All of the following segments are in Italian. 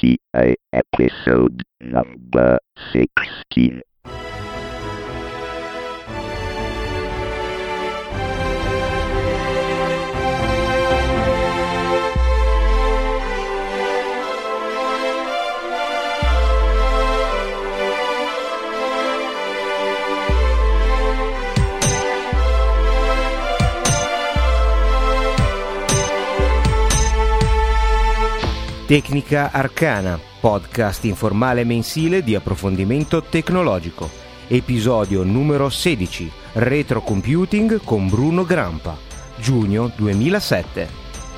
RTI episode number 16. Tecnica Arcana, podcast informale mensile di approfondimento tecnologico. Episodio numero 16, Retro Computing con Bruno Grampa, giugno 2007.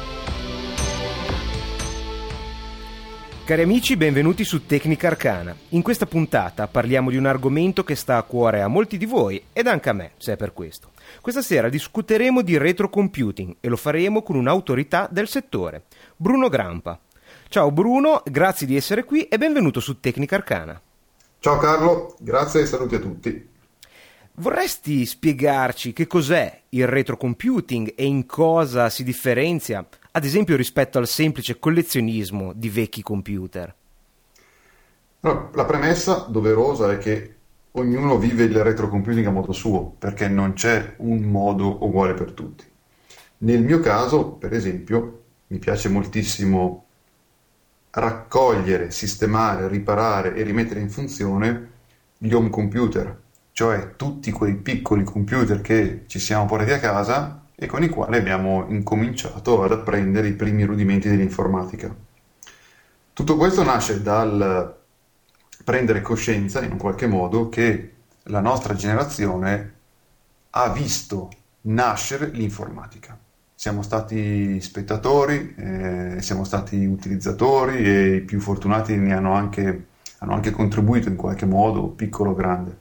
Cari amici, benvenuti su Tecnica Arcana. In questa puntata parliamo di un argomento che sta a cuore a molti di voi ed anche a me, se è per questo. Questa sera discuteremo di retro computing e lo faremo con un'autorità del settore, Bruno Grampa. Ciao Bruno, grazie di essere qui e benvenuto su Tecnica Arcana. Ciao Carlo, grazie e saluti a tutti. Vorresti spiegarci che cos'è il retrocomputing e in cosa si differenzia, ad esempio rispetto al semplice collezionismo di vecchi computer? Allora, la premessa doverosa è che ognuno vive il retrocomputing a modo suo, perché non c'è un modo uguale per tutti. Nel mio caso, per esempio, mi piace moltissimo raccogliere, sistemare, riparare e rimettere in funzione gli home computer, cioè tutti quei piccoli computer che ci siamo portati a casa e con i quali abbiamo incominciato ad apprendere i primi rudimenti dell'informatica. Tutto questo nasce dal prendere coscienza, in un qualche modo, che la nostra generazione ha visto nascere l'informatica. Siamo stati spettatori, siamo stati utilizzatori e i più fortunati ne hanno anche contribuito in qualche modo, piccolo o grande.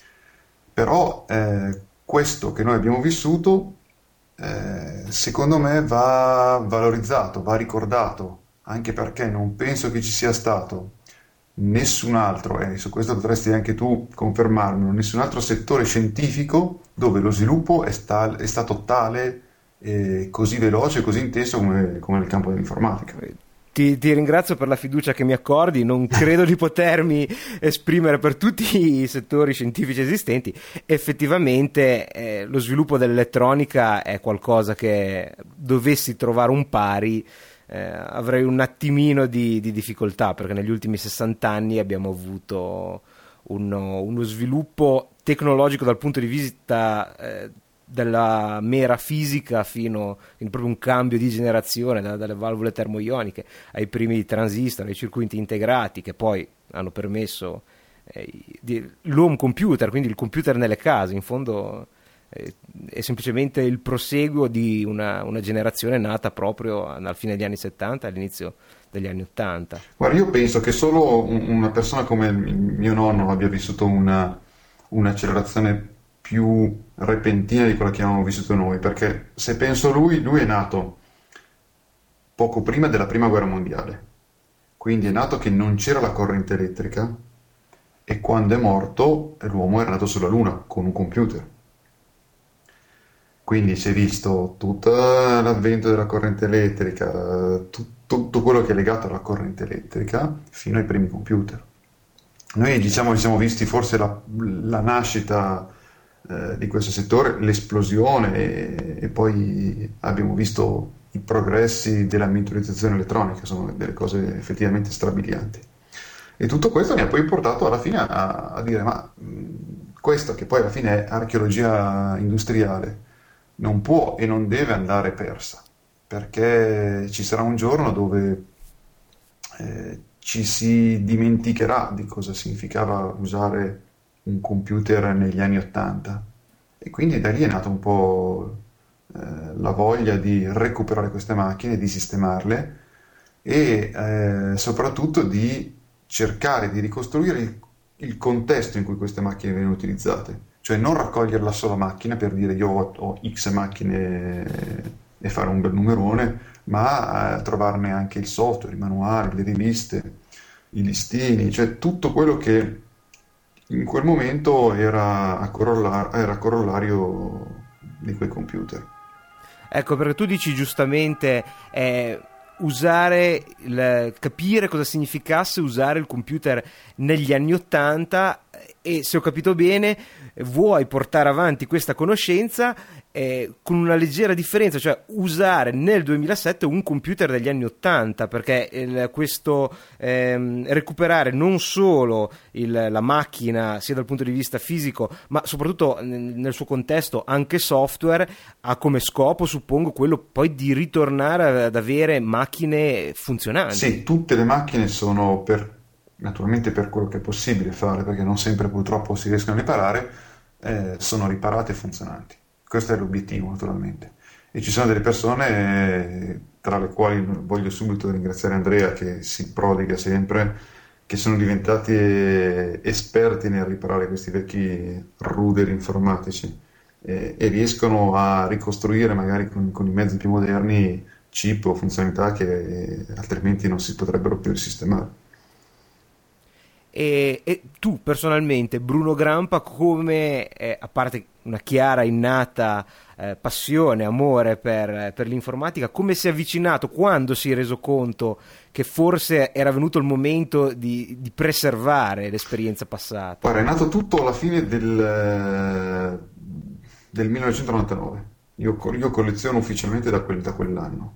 Però questo che noi abbiamo vissuto, secondo me, va valorizzato, va ricordato, anche perché non penso che ci sia stato nessun altro, e su questo potresti anche tu confermarmelo, nessun altro settore scientifico dove lo sviluppo è stato tale, così veloce, così intenso come nel campo dell'informatica. Ti ringrazio per la fiducia che mi accordi, non credo di potermi esprimere per tutti i settori scientifici esistenti. Effettivamente lo sviluppo dell'elettronica è qualcosa che dovessi trovare un pari avrei un attimino di difficoltà, perché negli ultimi 60 anni abbiamo avuto uno sviluppo tecnologico dal punto di vista della mera fisica fino proprio un cambio di generazione dalle valvole termoioniche ai primi transistor, ai circuiti integrati che poi hanno permesso l'home computer, quindi il computer nelle case. In fondo è semplicemente il proseguo di una generazione nata proprio alla fine degli anni 70 all'inizio degli anni 80. Guarda, io penso che solo una persona come mio nonno abbia vissuto un'accelerazione più repentina di quella che abbiamo vissuto noi, perché se penso a lui è nato poco prima della prima guerra mondiale, quindi è nato che non c'era la corrente elettrica, e quando è morto l'uomo era nato sulla Luna con un computer, quindi si è visto tutto l'avvento della corrente elettrica, tutto quello che è legato alla corrente elettrica fino ai primi computer. Noi diciamo ci siamo visti forse la nascita di questo settore, l'esplosione, e poi abbiamo visto i progressi della miniaturizzazione elettronica, sono delle cose effettivamente strabilianti. E tutto questo mi ha poi portato alla fine a dire, ma questo che poi alla fine è archeologia industriale non può e non deve andare persa, perché ci sarà un giorno dove ci si dimenticherà di cosa significava usare un computer negli anni 80, e quindi da lì è nata un po' la voglia di recuperare queste macchine, di sistemarle e soprattutto di cercare di ricostruire il contesto in cui queste macchine vengono utilizzate, cioè non raccogliere la sola macchina per dire io ho X macchine e fare un bel numerone, ma trovarne anche il software, i manuali, le riviste, i listini, cioè tutto quello che in quel momento era corollario di quei computer. Ecco, perché tu dici giustamente capire cosa significasse usare il computer negli anni '80 e, se ho capito bene, vuoi portare avanti questa conoscenza con una leggera differenza, cioè usare nel 2007 un computer degli anni '80, perché questo recuperare non solo la macchina sia dal punto di vista fisico ma soprattutto nel suo contesto anche software, ha come scopo, suppongo, quello poi di ritornare ad avere macchine funzionanti. Sì, tutte le macchine sono naturalmente per quello che è possibile fare, perché non sempre purtroppo si riescono a riparare, sono riparate e funzionanti. Questo è l'obiettivo, naturalmente. E ci sono delle persone, tra le quali voglio subito ringraziare Andrea, che si prodiga sempre, che sono diventati esperti nel riparare questi vecchi ruder informatici e riescono a ricostruire magari con i mezzi più moderni chip o funzionalità che altrimenti non si potrebbero più risistemare. E tu personalmente, Bruno Grampa, come, a parte una chiara, innata passione, amore per l'informatica, come si è avvicinato, quando si è reso conto che forse era venuto il momento di preservare l'esperienza passata? Guarda, è nato tutto alla fine del 1999. Io colleziono ufficialmente da quell'anno.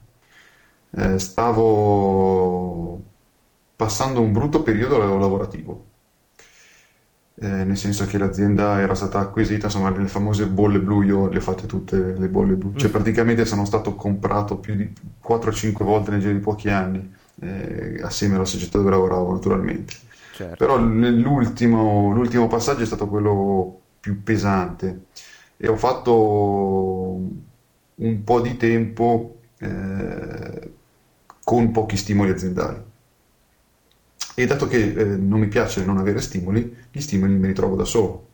Stavo passando un brutto periodo lavorativo, nel senso che l'azienda era stata acquisita, insomma, le famose bolle blu. Io le ho fatte tutte le bolle blu, cioè praticamente sono stato comprato più di 4-5 volte nel giro di pochi anni, assieme alla società dove lavoravo, naturalmente. Certo. Però l'ultimo passaggio è stato quello più pesante e ho fatto un po' di tempo con pochi stimoli aziendali. E dato che non mi piace non avere stimoli, gli stimoli me li trovo da solo.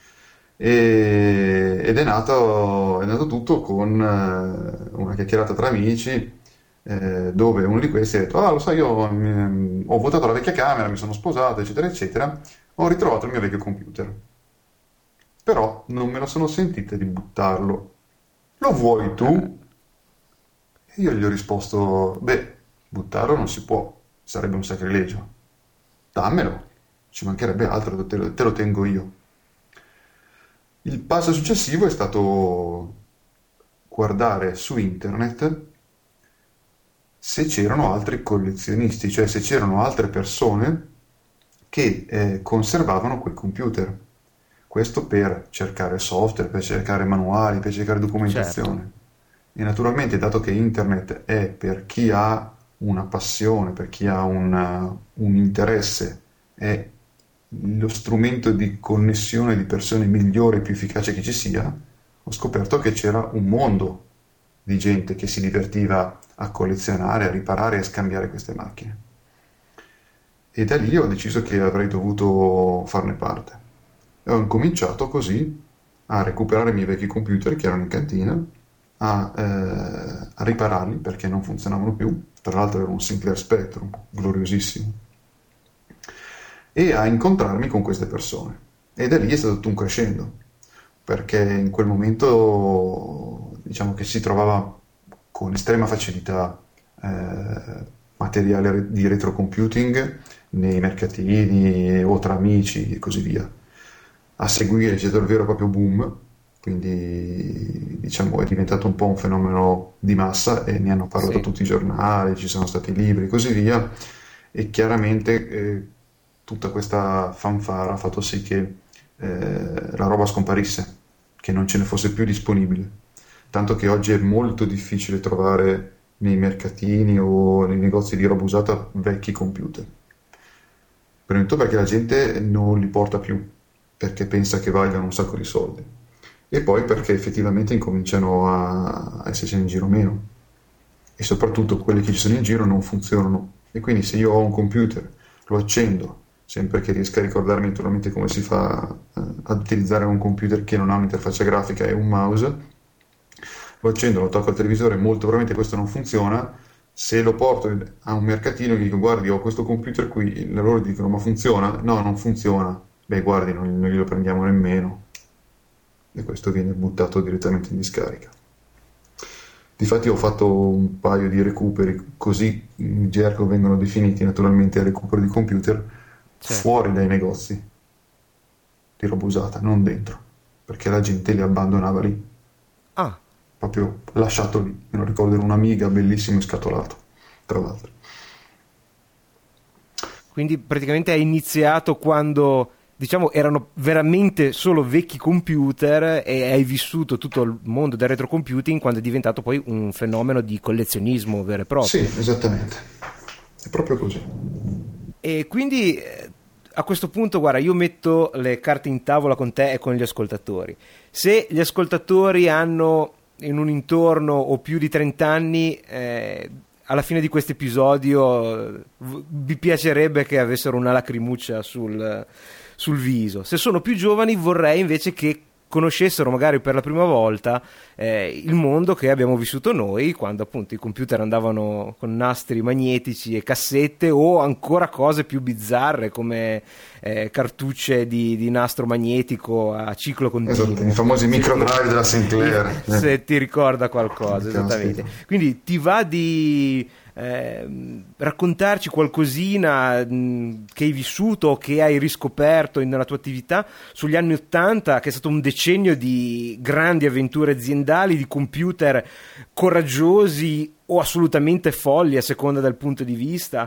Ed è nato tutto con una chiacchierata tra amici, dove uno di questi ha detto: ah, lo sai, io ho votato la vecchia camera, mi sono sposato, eccetera, eccetera, ho ritrovato il mio vecchio computer. Però non me la sono sentita di buttarlo. Lo vuoi tu? E io gli ho risposto: beh, buttarlo non si può, sarebbe un sacrilegio. Dammelo, ci mancherebbe altro, te lo tengo io. Il passo successivo è stato guardare su internet se c'erano altri collezionisti, cioè se c'erano altre persone che conservavano quel computer. Questo per cercare software, per cercare manuali, per cercare documentazione. Certo. E naturalmente, dato che internet è per chi ha una passione, per chi ha un interesse, è lo strumento di connessione di persone migliore e più efficace che ci sia, ho scoperto che c'era un mondo di gente che si divertiva a collezionare, a riparare e a scambiare queste macchine. E da lì ho deciso che avrei dovuto farne parte. E ho incominciato così a recuperare i miei vecchi computer che erano in cantina, a ripararli perché non funzionavano più. Tra l'altro era un Sinclair Spectrum gloriosissimo, e a incontrarmi con queste persone. E da lì è stato tutto un crescendo, perché in quel momento diciamo che si trovava con estrema facilità materiale di retrocomputing nei mercatini o tra amici e così via. A seguire c'è stato il vero e proprio boom, quindi diciamo è diventato un po' un fenomeno di massa e ne hanno parlato Sì. tutti i giornali, ci sono stati libri e così via, e chiaramente tutta questa fanfara ha fatto sì che la roba scomparisse, che non ce ne fosse più disponibile, tanto che oggi è molto difficile trovare nei mercatini o nei negozi di roba usata vecchi computer. Prima di tutto perché la gente non li porta più, perché pensa che valgano un sacco di soldi, e poi perché effettivamente incominciano a esserci in giro meno, e soprattutto quelli che ci sono in giro non funzionano. E quindi se io ho un computer, lo accendo, sempre che riesca a ricordarmi naturalmente come si fa ad utilizzare un computer che non ha un'interfaccia grafica e un mouse, lo accendo, lo tocco al televisore, molto probabilmente questo non funziona. Se lo porto a un mercatino e gli dico: guardi, ho questo computer qui, loro dicono: ma funziona? No, non funziona. Beh, guardi, non glielo prendiamo nemmeno, e questo viene buttato direttamente in discarica. Difatti ho fatto un paio di recuperi, così in gergo vengono definiti naturalmente recupero di computer, Certo. fuori dai negozi di roba usata, non dentro, perché la gente li abbandonava lì, Ah, proprio lasciato lì. Me lo ricordo, era un Amiga bellissimo scatolato, tra l'altro. quindi praticamente hai iniziato quando, diciamo, erano veramente solo vecchi computer e hai vissuto tutto il mondo del retrocomputing quando è diventato poi un fenomeno di collezionismo vero e Sì, proprio. esattamente, è proprio così. E quindi a questo punto, guarda, io metto le carte in tavola con te e con gli ascoltatori. Se gli ascoltatori hanno in un intorno o più di 30 anni, alla fine di questo episodio vi piacerebbe che avessero una lacrimuccia sul viso. Se sono più giovani, vorrei invece che conoscessero magari per la prima volta il mondo che abbiamo vissuto noi, quando appunto i computer andavano con nastri magnetici e cassette, o ancora cose più bizzarre come cartucce di nastro magnetico a ciclo Esatto, continuo. i famosi Se ti- microdrive della Sinclair. se ti ricorda qualcosa, esattamente. Caspita. Quindi ti va di raccontarci qualcosina che hai vissuto o che hai riscoperto nella tua attività sugli anni '80, che è stato un decennio di grandi avventure aziendali, di computer coraggiosi o assolutamente folli a seconda del punto di vista.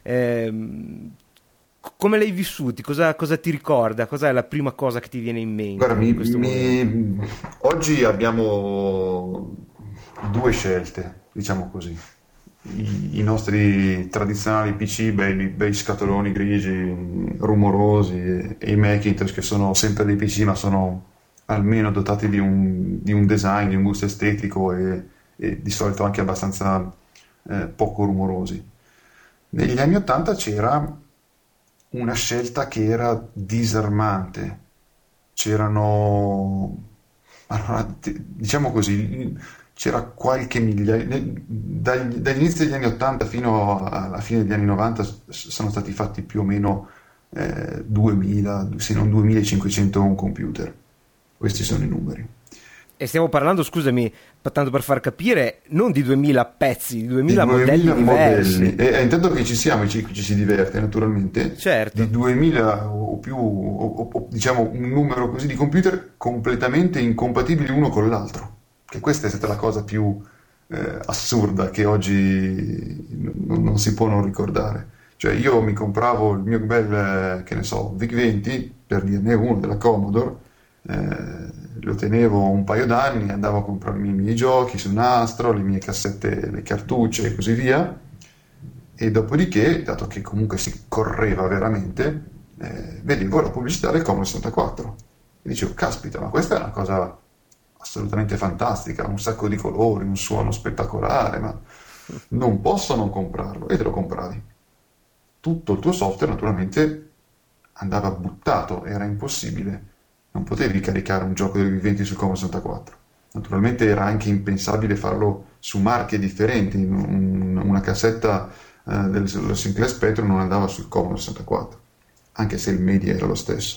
Come l'hai vissuti? Cosa ti ricorda? Cos'è la prima cosa che ti viene in mente Guarda, in questo momento? oggi abbiamo due scelte, diciamo così. I nostri tradizionali PC, bei scatoloni grigi, rumorosi, e i Macintosh che sono sempre dei PC, ma sono almeno dotati di un design, di un gusto estetico e di solito anche abbastanza poco rumorosi. Negli anni '80 c'era una scelta che era disarmante. C'erano, allora, diciamo così, c'era qualche migliaia, dagli inizi degli anni '80 fino alla fine degli anni '90 sono stati fatti più o meno 2000, se non 2500 un computer. Questi sono i numeri. E stiamo parlando, scusami, tanto per far capire, non di 2000 pezzi, di Di 2000 modelli 2000 diversi. modelli, e intanto che ci siamo, ci si diverte naturalmente, Certo. di 2000 o più, diciamo un numero così di computer completamente incompatibili uno con l'altro, che questa è stata la cosa più assurda che oggi non si può non ricordare. Cioè io mi compravo il mio bel, che ne so, VIC-20, per dirne uno, della Commodore, lo tenevo un paio d'anni, andavo a comprarmi i miei giochi sul nastro, le mie cassette, le cartucce e così via, e dopodiché, dato che comunque si correva veramente, vedevo la pubblicità del Commodore 64 e dicevo, caspita, ma questa è una cosa assolutamente fantastica, un sacco di colori, un suono spettacolare, ma non posso non comprarlo, e te lo compravi. Tutto il tuo software naturalmente andava buttato, era impossibile. Non potevi caricare un gioco del V20 sul Commodore 64. Naturalmente era anche impensabile farlo su marche differenti. Una cassetta dello Sinclair Spectrum non andava sul Commodore 64, anche se il media era lo stesso.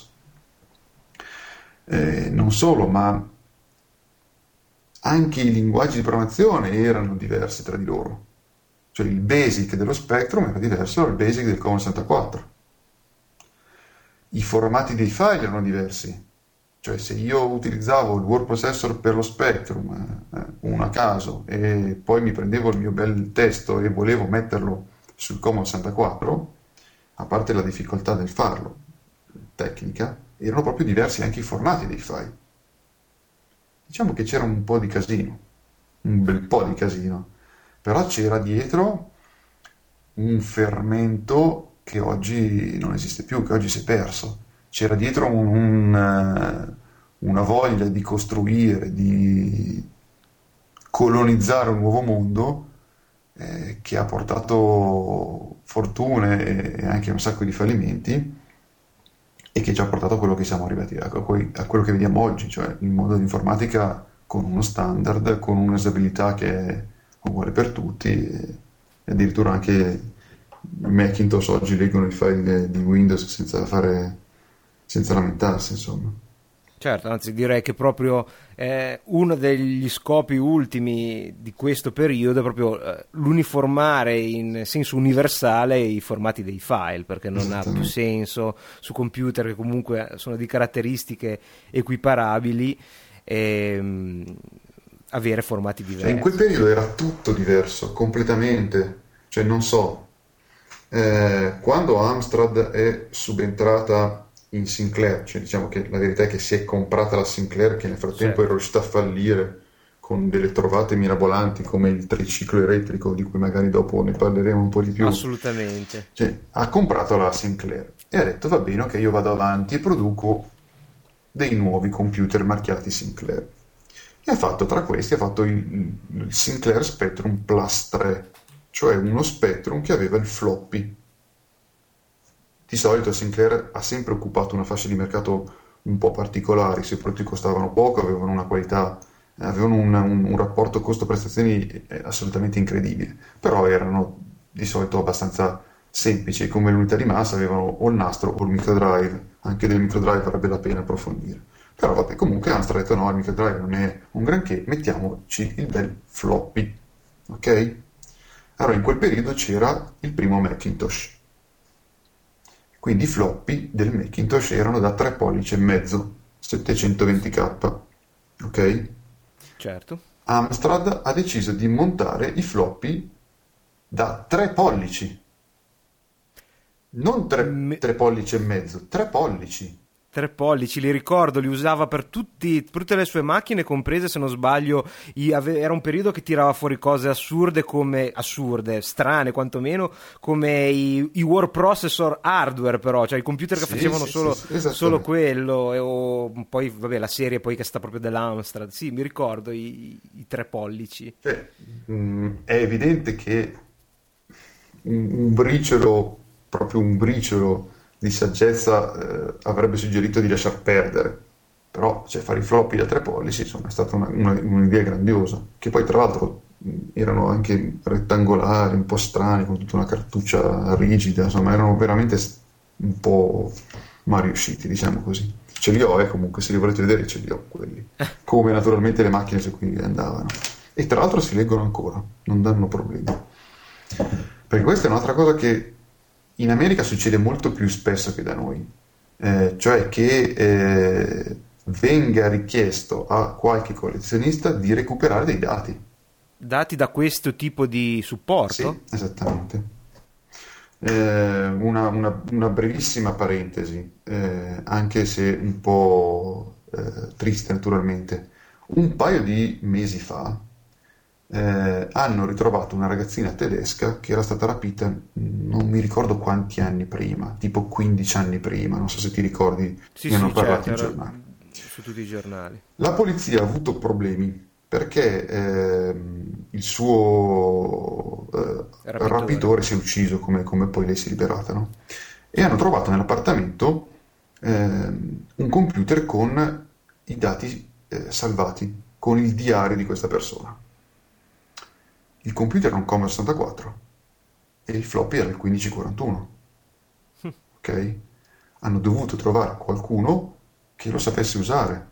Non solo, ma anche i linguaggi di programmazione erano diversi tra di loro. Cioè il BASIC dello Spectrum era diverso dal BASIC del Commodore 64. I formati dei file erano diversi. Cioè se io utilizzavo il word processor per lo Spectrum, uno a caso, e poi mi prendevo il mio bel testo e volevo metterlo sul Commodore 64, a parte la difficoltà del farlo, tecnica, erano proprio diversi anche i formati dei file. Diciamo che c'era un po' di casino, un bel po' di casino, però c'era dietro un fermento che oggi non esiste più, che oggi si è perso. C'era dietro una voglia di costruire, di colonizzare un nuovo mondo che ha portato fortune e anche un sacco di fallimenti, e che ci ha portato a quello che siamo arrivati, a quello che vediamo oggi, cioè il mondo dell'informatica con uno standard, con un'usabilità che è uguale per tutti, e addirittura anche Macintosh oggi leggono i file di Windows senza lamentarsi, insomma. Certo, anzi direi che proprio uno degli scopi ultimi di questo periodo è proprio l'uniformare in senso universale i formati dei file, perché non ha più senso su computer che comunque sono di caratteristiche equiparabili avere formati diversi. Cioè, in quel periodo era tutto diverso, completamente. Cioè, non so, quando Amstrad è subentrata in Sinclair, cioè diciamo che la verità è che si è comprata la Sinclair, che nel frattempo Certo. era riuscita a fallire con delle trovate mirabolanti come il triciclo elettrico, di cui magari dopo ne parleremo un po' di più. Assolutamente. Cioè, ha comprato la Sinclair e ha detto va bene, ok, io vado avanti e produco dei nuovi computer marchiati Sinclair. E ha fatto tra questi, ha fatto il Sinclair Spectrum Plus 3, cioè uno Spectrum che aveva il floppy. Di solito Sinclair ha sempre occupato una fascia di mercato un po' particolare, i suoi prodotti costavano poco, avevano una qualità, avevano un rapporto costo-prestazioni assolutamente incredibile, però erano di solito abbastanza semplici e come l'unità di massa avevano o il nastro o il microdrive, anche del microdrive varrebbe la pena approfondire. Però vabbè, comunque Amstrad ha detto no, il microdrive non è un granché, mettiamoci il bel floppy, ok? Allora in quel periodo c'era il primo Macintosh. Quindi i floppy del Macintosh erano da 3 pollici e mezzo, 720k, ok? Certo. Amstrad ha deciso di montare i floppy da 3 pollici, non 3 pollici e mezzo, 3 pollici. 3 pollici, li ricordo, li usava per tutte le sue macchine, comprese, se non sbaglio, era un periodo che tirava fuori cose assurde, strane quantomeno, come i word processor hardware, però, cioè i computer che Sì, facevano sì, solo, sì, sì, solo esattamente. quello, o poi, vabbè, la serie poi che sta proprio dell'Amstrad, sì, mi ricordo i 3 pollici. Cioè, è evidente che un briciolo, proprio un briciolo di saggezza avrebbe suggerito di lasciar perdere. Però, cioè, fare i floppy da 3 pollici, insomma, è stata un'idea grandiosa. Che poi, tra l'altro, erano anche rettangolari, un po' strani, con tutta una cartuccia rigida, insomma, erano veramente un po' mal riusciti, diciamo così. Ce li ho, comunque, se li volete vedere, ce li ho quelli. Come naturalmente le macchine su cui andavano. E tra l'altro si leggono ancora, non danno problemi. Perché questa è un'altra cosa che in America succede molto più spesso che da noi, cioè che venga richiesto a qualche collezionista di recuperare dei dati. Dati da questo tipo di supporto? Sì, esattamente. Una brevissima parentesi, anche se un po' triste naturalmente. Un paio di mesi fa hanno ritrovato una ragazzina tedesca che era stata rapita non mi ricordo quanti anni prima, tipo 15 anni prima, non so se ti ricordi, Sì, ne hanno sì, parlato certo, in era giornale. su tutti i giornali. La polizia ha avuto problemi perché il suo Rapitore. rapitore si è ucciso, come poi lei si è liberata, no? E hanno trovato nell'appartamento un computer con i dati salvati, con il diario di questa persona. Il computer era un Commodore 64 e il floppy era il 1541, ok? Hanno dovuto trovare qualcuno che lo sapesse usare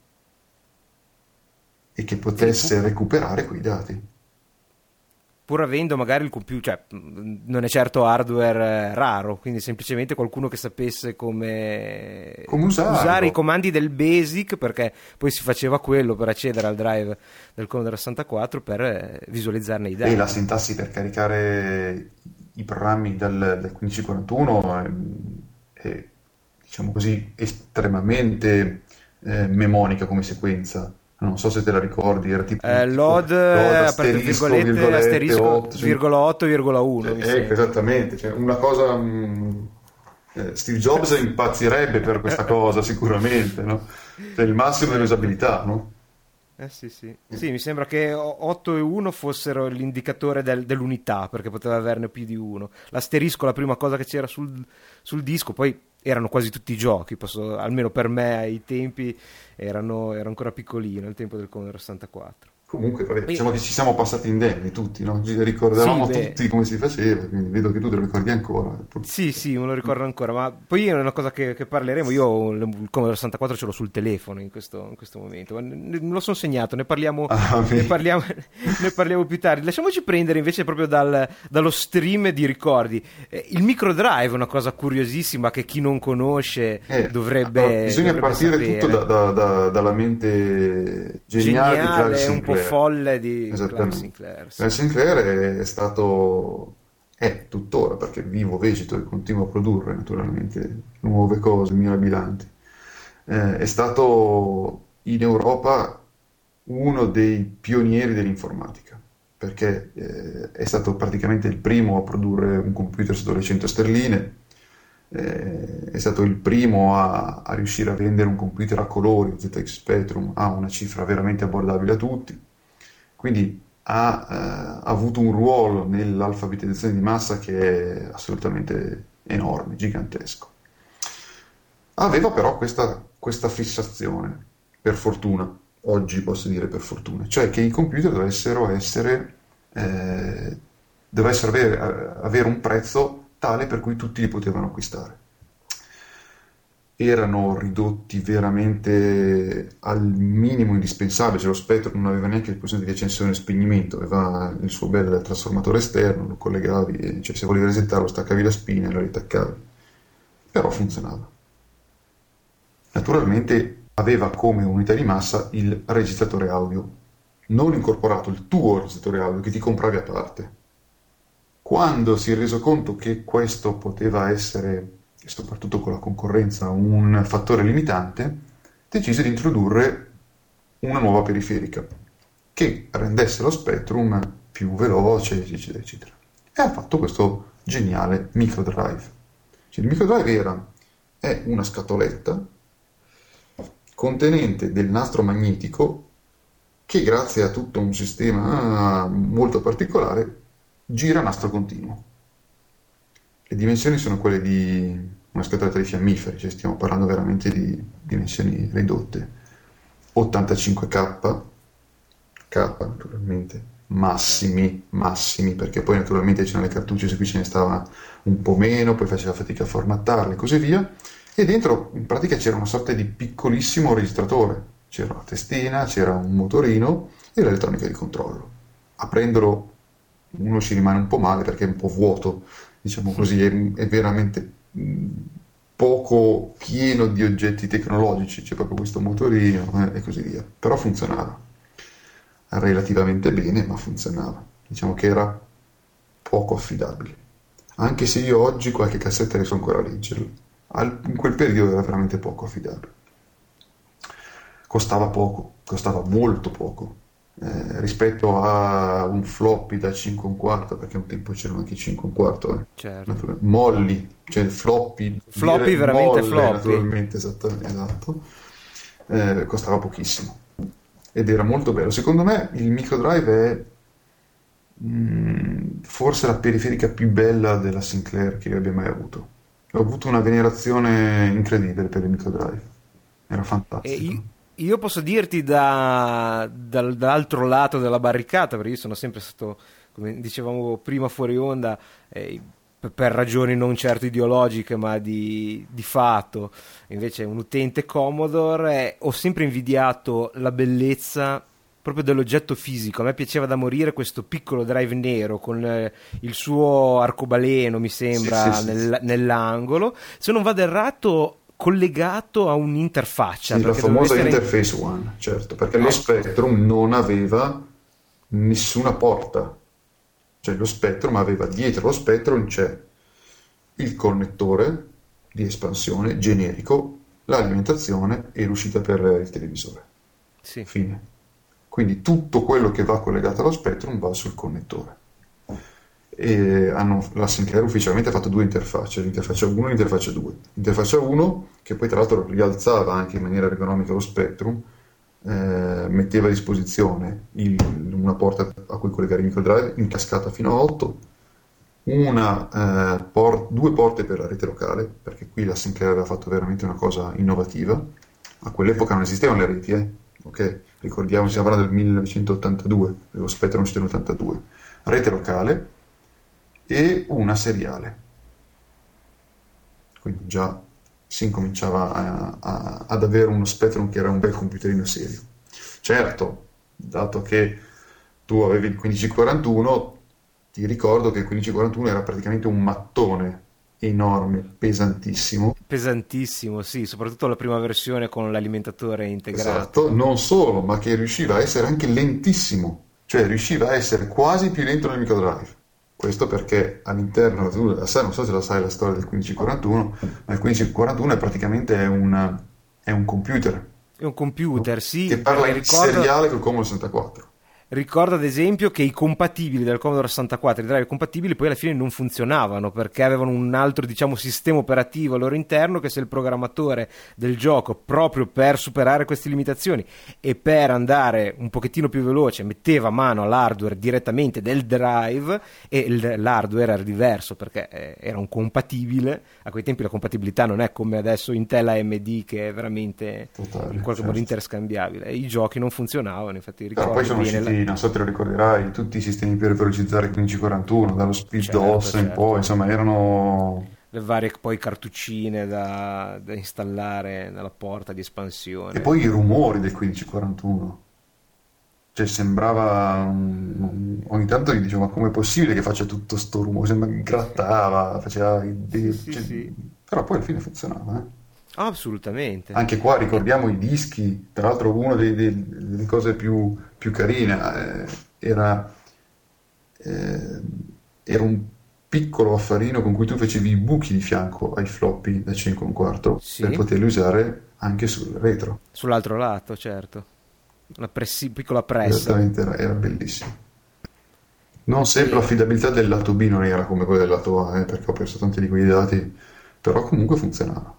e che Sì, potesse recuperare quei dati. pur avendo magari il computer, cioè non è certo hardware raro, quindi semplicemente qualcuno che sapesse come Come usare i usarlo? comandi del BASIC, perché poi si faceva quello per accedere al drive del Commodore 64 per visualizzarne i E la dati. sintassi per caricare i programmi dal 1541 è, diciamo così, estremamente mnemonica come sequenza. Non so se te la ricordi, era tipo Load, load aperte asterisco, virgolette, virgolette, asterisco, 8, virgola 8, virgola 1, mi ecco, sembra. esattamente, cioè, una cosa... Steve Jobs impazzirebbe per questa cosa sicuramente, no? Cioè il massimo Certo. dell'usabilità, no? Sì, sì. Sì, mi sembra che 8 e 1 fossero l'indicatore dell'unità, perché poteva averne più di uno. L'asterisco, la prima cosa che c'era sul disco, poi erano quasi tutti i giochi, almeno per me ai tempi ero ancora piccolino, al tempo del Commodore 64. Comunque, vabbè, Poi- diciamo che ci siamo passati indenni tutti, no? Ci Sì, ricordavamo beh, tutti come si faceva, quindi vedo che tu te lo ricordi ancora. sì, sì, me lo ricordo ancora, ma poi è una cosa che parleremo. Io il Commodore 64 ce l'ho sul telefono in questo momento, ma me lo sono segnato, Ah, vedi. ne parliamo più tardi. Lasciamoci prendere invece proprio dallo stream di ricordi. Il microdrive è una cosa curiosissima che chi non conosce Allora, bisogna dovrebbe partire tutto sapere. Dalla mente geniale di Clive Geniale, un po' Sinclair. folle di Clive Esattamente. Sinclair, Clive sì. Sinclair è tuttora, perché vivo, vegeto e continuo a produrre naturalmente nuove cose mirabilanti. È stato in Europa uno dei pionieri dell'informatica, perché è stato praticamente il primo a produrre un computer sotto le 100 sterline, è stato il primo a riuscire a vendere un computer a colori, ZX Spectrum, a una cifra veramente abbordabile a tutti, quindi ha avuto un ruolo nell'alfabetizzazione di massa che è assolutamente enorme, gigantesco. Aveva però questa fissazione, per fortuna, oggi posso dire per fortuna, cioè che i computer dovessero avere un prezzo tale per cui tutti li potevano acquistare. Erano ridotti veramente al minimo indispensabile, cioè lo Spectrum non aveva neanche il pulsante di accensione e spegnimento, aveva il suo bel trasformatore esterno, lo collegavi, cioè se volevi resettarlo staccavi la spina e lo ritaccavi, però funzionava. Naturalmente aveva come unità di massa il registratore audio, non incorporato, il tuo registratore audio che ti compravi a parte. Quando si è reso conto che questo poteva essere, e soprattutto con la concorrenza, un fattore limitante, decise di introdurre una nuova periferica che rendesse lo Spectrum più veloce, eccetera, eccetera. E ha fatto questo geniale microdrive. Cioè, il microdrive è una scatoletta contenente del nastro magnetico che grazie a tutto un sistema molto particolare gira a nastro continuo. Le dimensioni sono quelle di una scatoletta di fiammiferi, cioè stiamo parlando veramente di dimensioni ridotte. 85K, K naturalmente, massimi, perché poi naturalmente c'erano le cartucce su cui ce ne stava un po' meno, poi faceva fatica a formattarle e così via. E dentro in pratica c'era una sorta di piccolissimo registratore, c'era una testina, c'era un motorino e l'elettronica di controllo. Aprendolo uno ci rimane un po' male perché è un po' vuoto, diciamo così, è veramente poco pieno di oggetti tecnologici, c'è proprio questo motorino e così via. Però funzionava relativamente bene, ma funzionava. Diciamo che era poco affidabile. Anche se io oggi qualche cassetta riesco ancora a leggerla. In quel periodo era veramente poco affidabile. Costava molto poco rispetto a un floppy da 5 e un quarto, perché un tempo c'erano anche i 5 e un quarto, Certo. molli, cioè floppy, Floppy, dire veramente molle, floppy. naturalmente, esatto, costava pochissimo ed era molto bello. Secondo me il microdrive è forse la periferica più bella della Sinclair che io abbia mai avuto. Ho avuto una venerazione incredibile per il microdrive, era E fantastico. io posso dirti dall'altro lato della barricata, perché io sono sempre stato, come dicevamo prima fuori onda, per ragioni non certo ideologiche, ma di fatto, invece un utente Commodore, ho sempre invidiato la bellezza proprio dell'oggetto fisico. A me piaceva da morire questo piccolo drive nero con il suo arcobaleno, mi Sì, sì, sembra, sì, sì. nell'angolo. Se non vado errato, collegato a un'interfaccia, Sì, la perché doveva famosa essere... Interface One, certo, perché lo Ecco, Spectrum non aveva nessuna porta, cioè lo Spectrum aveva dietro lo Spectrum c'è il connettore di espansione generico, l'alimentazione e l'uscita per il televisore. sì. Fine. Quindi tutto quello che va collegato allo Spectrum va sul connettore. E la Sinclair ufficialmente ha fatto due interfacce, l'interfaccia 1 e l'interfaccia 2. L'interfaccia 1, che poi tra l'altro rialzava anche in maniera ergonomica lo Spectrum, metteva a disposizione una porta a cui collegare il microdrive in cascata fino a 8, due porte per la rete locale, perché qui la Sinclair aveva fatto veramente una cosa innovativa. A quell'epoca non esistevano le reti, ok? Ricordiamo, stiamo parlando del 1982, dello Spectrum 82, rete locale e una seriale. Quindi già si incominciava ad avere uno Spectrum che era un bel computerino serio. Certo, dato che tu avevi il 1541, ti ricordo che il 1541 era praticamente un mattone enorme, pesantissimo. Pesantissimo, sì, soprattutto la prima versione con l'alimentatore integrato. Esatto, non solo, ma che riusciva a essere anche lentissimo, cioè riusciva a essere quasi più lento del microdrive. Questo perché all'interno, tu non so se la sai la storia del 1541, ma il 1541 è praticamente è un computer È un computer, sì, che parla in ricordo. seriale col Commodore 64. Ricordo ad esempio che i compatibili del Commodore 64, i drive compatibili, poi alla fine non funzionavano perché avevano un altro, diciamo, sistema operativo al loro interno che se il programmatore del gioco, proprio per superare queste limitazioni e per andare un pochettino più veloce, metteva mano all'hardware direttamente del drive e l'hardware era diverso perché era un compatibile. A quei tempi la compatibilità non è come adesso Intel AMD che è veramente Totale, in qualche modo certo. interscambiabile. E i giochi non funzionavano, infatti Però poi ricordo sono bene. usciti, non so te lo ricorderai, tutti i sistemi per velocizzare il 1541, dallo Speed Certo, DOS in poi, certo. insomma, erano. Le varie poi cartuccine da installare nella porta di E espansione. poi i rumori del 1541. Cioè sembrava ogni tanto gli dicevo ma com'è possibile che faccia tutto sto rumore? Sembra che grattava, faceva Sì, sì, cioè, sì. però poi alla fine funzionava, eh. Assolutamente. Anche qua E- ricordiamo i dischi, tra l'altro una delle cose più carine eh, era un piccolo affarino con cui tu facevi i buchi di fianco ai floppy da 5 e un quarto per sì, poterli usare anche sul retro. sull'altro lato, certo. Una piccola pressa. Esattamente, era bellissimo. Non sempre E l'affidabilità del lato B non era come quella del lato A, perché ho perso tanti di quei dati, però comunque funzionava.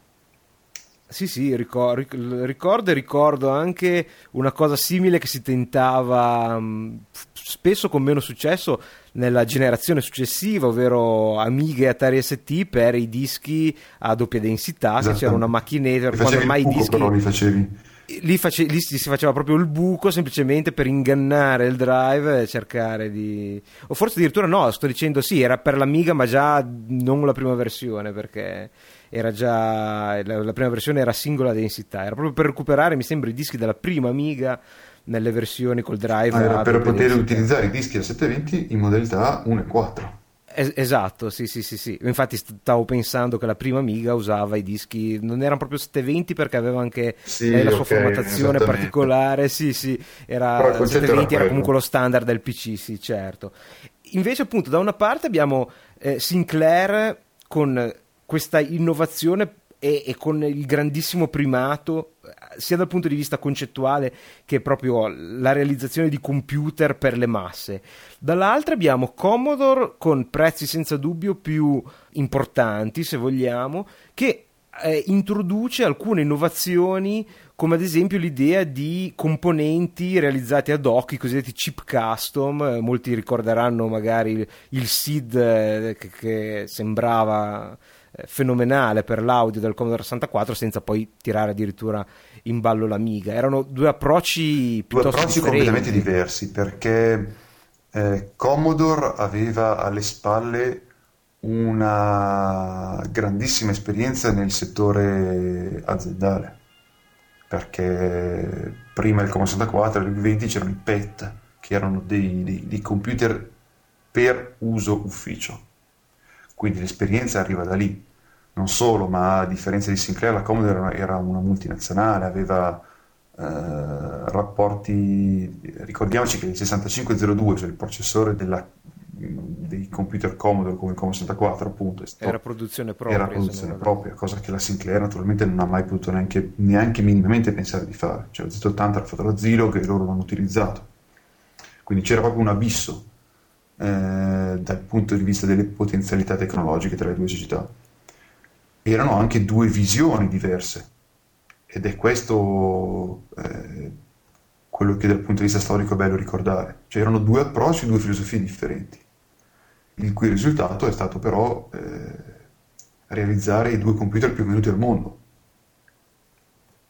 sì, sì, ricordo e ricordo anche una cosa simile che si tentava spesso con meno successo nella generazione successiva, ovvero Amiga e Atari ST per i dischi a doppia densità, che c'era una Esattamente. macchinetta, Li quando facevi il ormai i buco, però dischi li facevi. lì si faceva proprio il buco semplicemente per ingannare il drive e cercare di. O forse addirittura no, sto dicendo sì, era per l'Amiga, ma già non la prima versione, perché era già la prima versione era singola densità, era proprio per recuperare, mi sembra, i dischi della prima Amiga nelle versioni col Ma drive era a per doppia poter densità. utilizzare i dischi a 720 in modalità 1 e 4. Esatto, sì, sì, sì, sì. Infatti stavo pensando che la prima Amiga usava i dischi, non erano proprio 720 perché aveva anche lei Sì, la sua ok, formattazione esattamente. particolare, sì, sì, Però il era concetto era 720 era comunque quello. lo standard del PC, sì, certo. Invece appunto da una parte abbiamo Sinclair con questa innovazione e con il grandissimo primato, sia dal punto di vista concettuale che proprio la realizzazione di computer per le masse. Dall'altra abbiamo Commodore con prezzi senza dubbio più importanti, se vogliamo, che introduce alcune innovazioni come ad esempio l'idea di componenti realizzati ad hoc, i cosiddetti chip custom. Molti ricorderanno magari il SID che sembrava fenomenale per l'audio del Commodore 64 senza poi tirare addirittura in ballo l'Amiga. Erano due approcci Due piuttosto approcci completamente differenti. diversi perché Commodore aveva alle spalle una grandissima esperienza nel settore aziendale, perché prima del Commodore 64 e il 20 c'erano i PET, che erano dei computer per uso ufficio. Quindi l'esperienza arriva da lì. Non solo, ma a differenza di Sinclair, la Commodore era una multinazionale, aveva rapporti. Ricordiamoci che il 6502, cioè il processore dei computer Commodore come il Commodore 64, appunto, Era produzione era propria, se produzione non. propria, cosa che la Sinclair naturalmente non ha mai potuto neanche minimamente pensare di fare. Cioè, lo Z80 l'ha fatto lo Zilog e loro l'hanno utilizzato. Quindi c'era proprio un abisso dal punto di vista delle potenzialità tecnologiche tra le due società. Erano anche due visioni diverse ed è questo quello che dal punto di vista storico è bello ricordare. Cioè erano due approcci, due filosofie differenti, il cui risultato è stato però realizzare i due computer più venuti al mondo,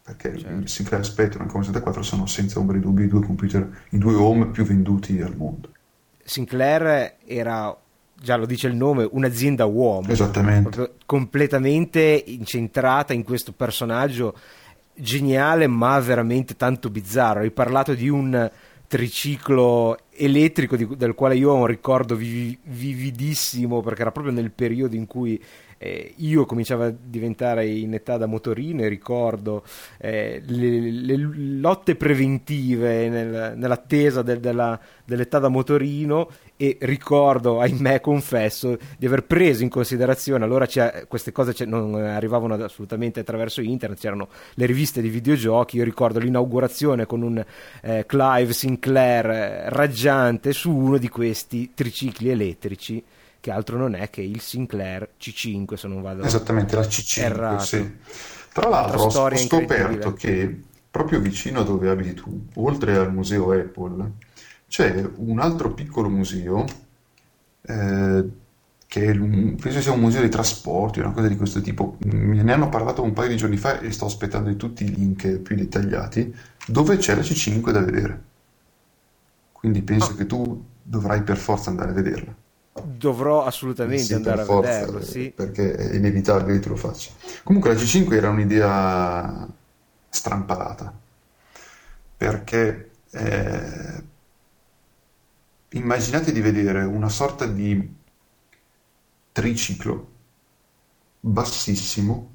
perché certo. il Sinclair Spectrum e il Commodore 64 sono senza ombra di dubbio i due computer, i due home più venduti al mondo. Sinclair era, già lo dice il nome, un'azienda uomo, Esattamente. proprio completamente incentrata in questo personaggio geniale ma veramente tanto bizzarro. Hai parlato di un triciclo elettrico del quale io ho un ricordo vividissimo, perché era proprio nel periodo in cui io cominciavo a diventare in età da motorino, e ricordo le lotte preventive nell'attesa dell'età da motorino, e ricordo, ahimè, confesso, di aver preso in considerazione, allora queste cose non arrivavano assolutamente attraverso internet, c'erano le riviste di videogiochi. Io ricordo l'inaugurazione con un Clive Sinclair raggiante su uno di questi tricicli elettrici, che altro non è che il Sinclair C5, se non vado Esattamente, la C5, errato. sì. Tra Un'altra l'altro ho storia scoperto incredibile. che proprio vicino a dove abiti tu, oltre al museo Apple, c'è un altro piccolo museo, eh, che penso sia un museo dei trasporti, una cosa di questo tipo. Me ne hanno parlato un paio di giorni fa e sto aspettando tutti i link più dettagliati, dove c'è la C5 da vedere. Quindi penso Ah, che tu dovrai per forza andare a vederla. dovrò assolutamente Sì, per andare a forza, vederlo, sì. perché è inevitabile che tu lo faccia. Comunque la C5 era un'idea strampalata, perché immaginate di vedere una sorta di triciclo bassissimo,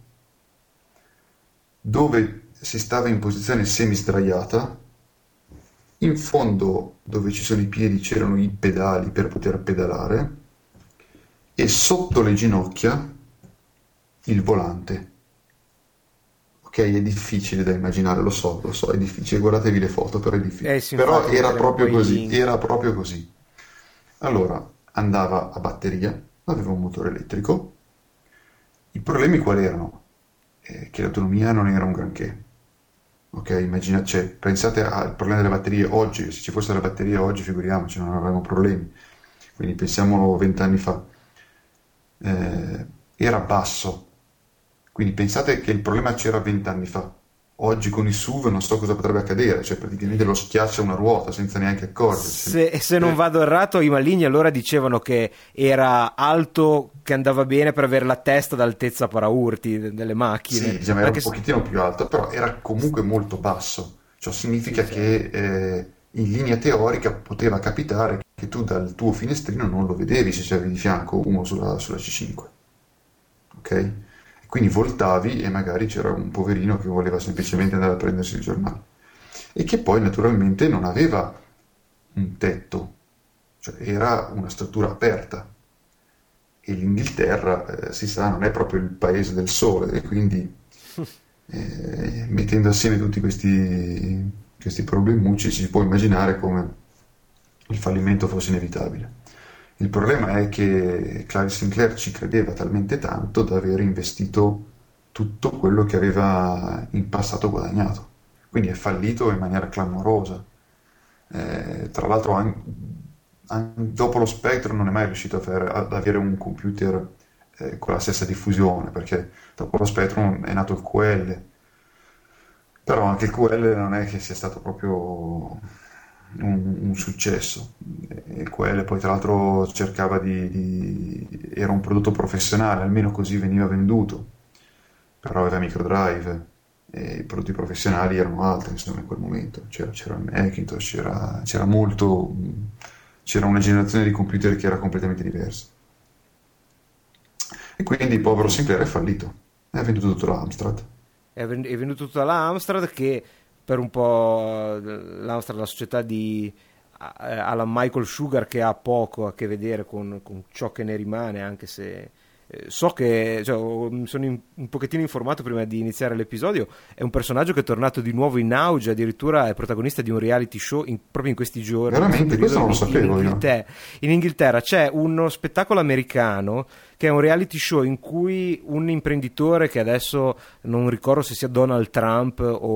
dove si stava in posizione semi-sdraiata, in fondo dove ci sono i piedi c'erano i pedali per poter pedalare, e sotto le ginocchia il volante. Ok, è difficile da immaginare, lo so, è difficile, guardatevi le foto, però è difficile. Sì, Però infatti era metteremo proprio poi i così, link. era proprio così. Allora, andava a batteria, aveva un motore elettrico. I problemi quali erano? Che l'autonomia non era un granché. Ok, cioè, pensate al problema delle batterie oggi, se ci fossero le batterie oggi, figuriamoci, non avremmo problemi. Quindi pensiamo 20 anni fa. Era basso, quindi pensate che il problema c'era 20 anni fa. Oggi con i SUV non so cosa potrebbe accadere, cioè praticamente lo schiaccia una ruota senza neanche accorgersi. Se non vado errato, i maligni allora dicevano che era alto, che andava bene per avere la testa d'altezza paraurti delle macchine. Sì, diciamo era un Anche se... pochettino più alto, però era comunque molto basso. Ciò Sì, significa certo. che in linea teorica poteva capitare che tu dal tuo finestrino non lo vedevi se c'avevi di fianco uno sulla C5. Ok? E quindi voltavi e magari c'era un poverino che voleva semplicemente andare a prendersi il giornale. E che poi naturalmente non aveva un tetto, cioè era una struttura aperta. E l'Inghilterra, si sa, non è proprio il paese del sole, e quindi mettendo assieme tutti questi problemucci si può immaginare come il fallimento fosse inevitabile. Il problema è che Clive Sinclair ci credeva talmente tanto da aver investito tutto quello che aveva in passato guadagnato. Quindi è fallito in maniera clamorosa. Tra l'altro, dopo lo Spectrum non è mai riuscito ad avere un computer con la stessa diffusione, perché dopo lo Spectrum è nato il QL, però anche il QL non è che sia stato proprio un successo. Il QL poi tra l'altro cercava era un prodotto professionale, almeno così veniva venduto, però aveva microdrive e i prodotti professionali erano altri, insomma, in quel momento. C'era il Macintosh, c'era una generazione di computer che era completamente diversa. E quindi il povero Sinclair è fallito, ha venduto tutto l'Amstrad. È venuto tutta la Amstrad, che per un po' l'Amstrad, la società di Alan Michael Sugar, che ha poco a che vedere con ciò che ne rimane, anche se so che, cioè, mi sono un pochettino informato prima di iniziare l'episodio. È un personaggio che è tornato di nuovo in auge, addirittura è protagonista di un reality show proprio in questi giorni, in questo Veramente, questo periodo, non lo sapevo io. In Inghilterra c'è uno spettacolo americano che è un reality show in cui un imprenditore, che adesso non ricordo se sia Donald Trump o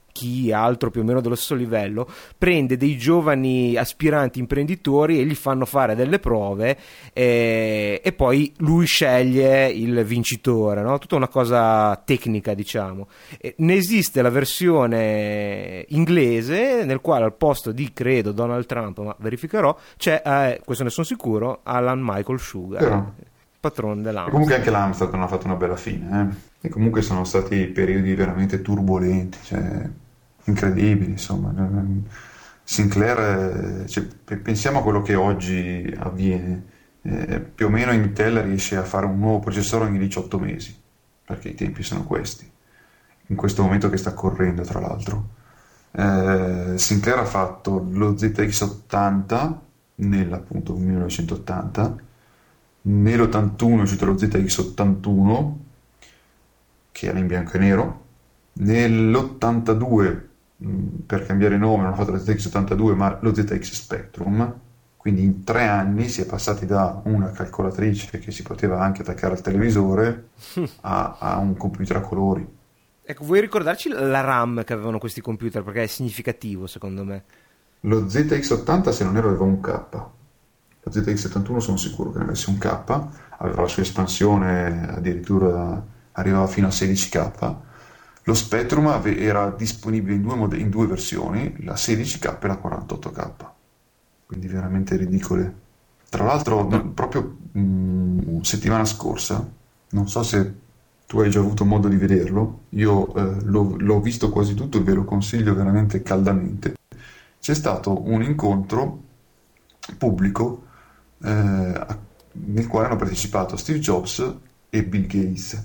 chi altro più o meno dello stesso livello prende dei giovani aspiranti imprenditori e gli fanno fare delle prove, e poi lui sceglie il vincitore, no? Tutta una cosa tecnica, diciamo. Ne esiste la versione inglese, nel quale al posto di, credo, Donald Trump, ma verificherò, c'è, questo ne sono sicuro, Alan Michael Sugar, Però, patron e dell'Amstrad. comunque anche l'Amstrad non ha fatto una bella fine, eh. E comunque sono stati periodi veramente turbolenti, cioè incredibili, insomma. Sinclair, cioè, pensiamo a quello che oggi avviene. Più o meno Intel riesce a fare un nuovo processore ogni 18 mesi, perché i tempi sono questi, in questo momento che sta correndo, tra l'altro. Sinclair ha fatto lo ZX80 appunto 1980, nell'81 è uscito lo ZX81 che era in bianco e nero, nell'82 per cambiare nome hanno fatto lo ZX82 ma lo ZX Spectrum, quindi in 3 anni si è passati da una calcolatrice che si poteva anche attaccare al televisore a un computer a colori. Ecco, vuoi ricordarci la RAM che avevano questi computer, perché è significativo secondo me. Lo ZX80 se non erro aveva un K, lo ZX71 sono sicuro che ne avesse un K, aveva la sua espansione, addirittura arrivava fino a 16K. Lo Spectrum era disponibile in due versioni, la 16K e la 48K, quindi veramente ridicole. Tra l'altro proprio settimana scorsa, non so se tu hai già avuto modo di vederlo, io l'ho visto quasi tutto e ve lo consiglio veramente caldamente. C'è stato un incontro pubblico nel quale hanno partecipato Steve Jobs e Bill Gates,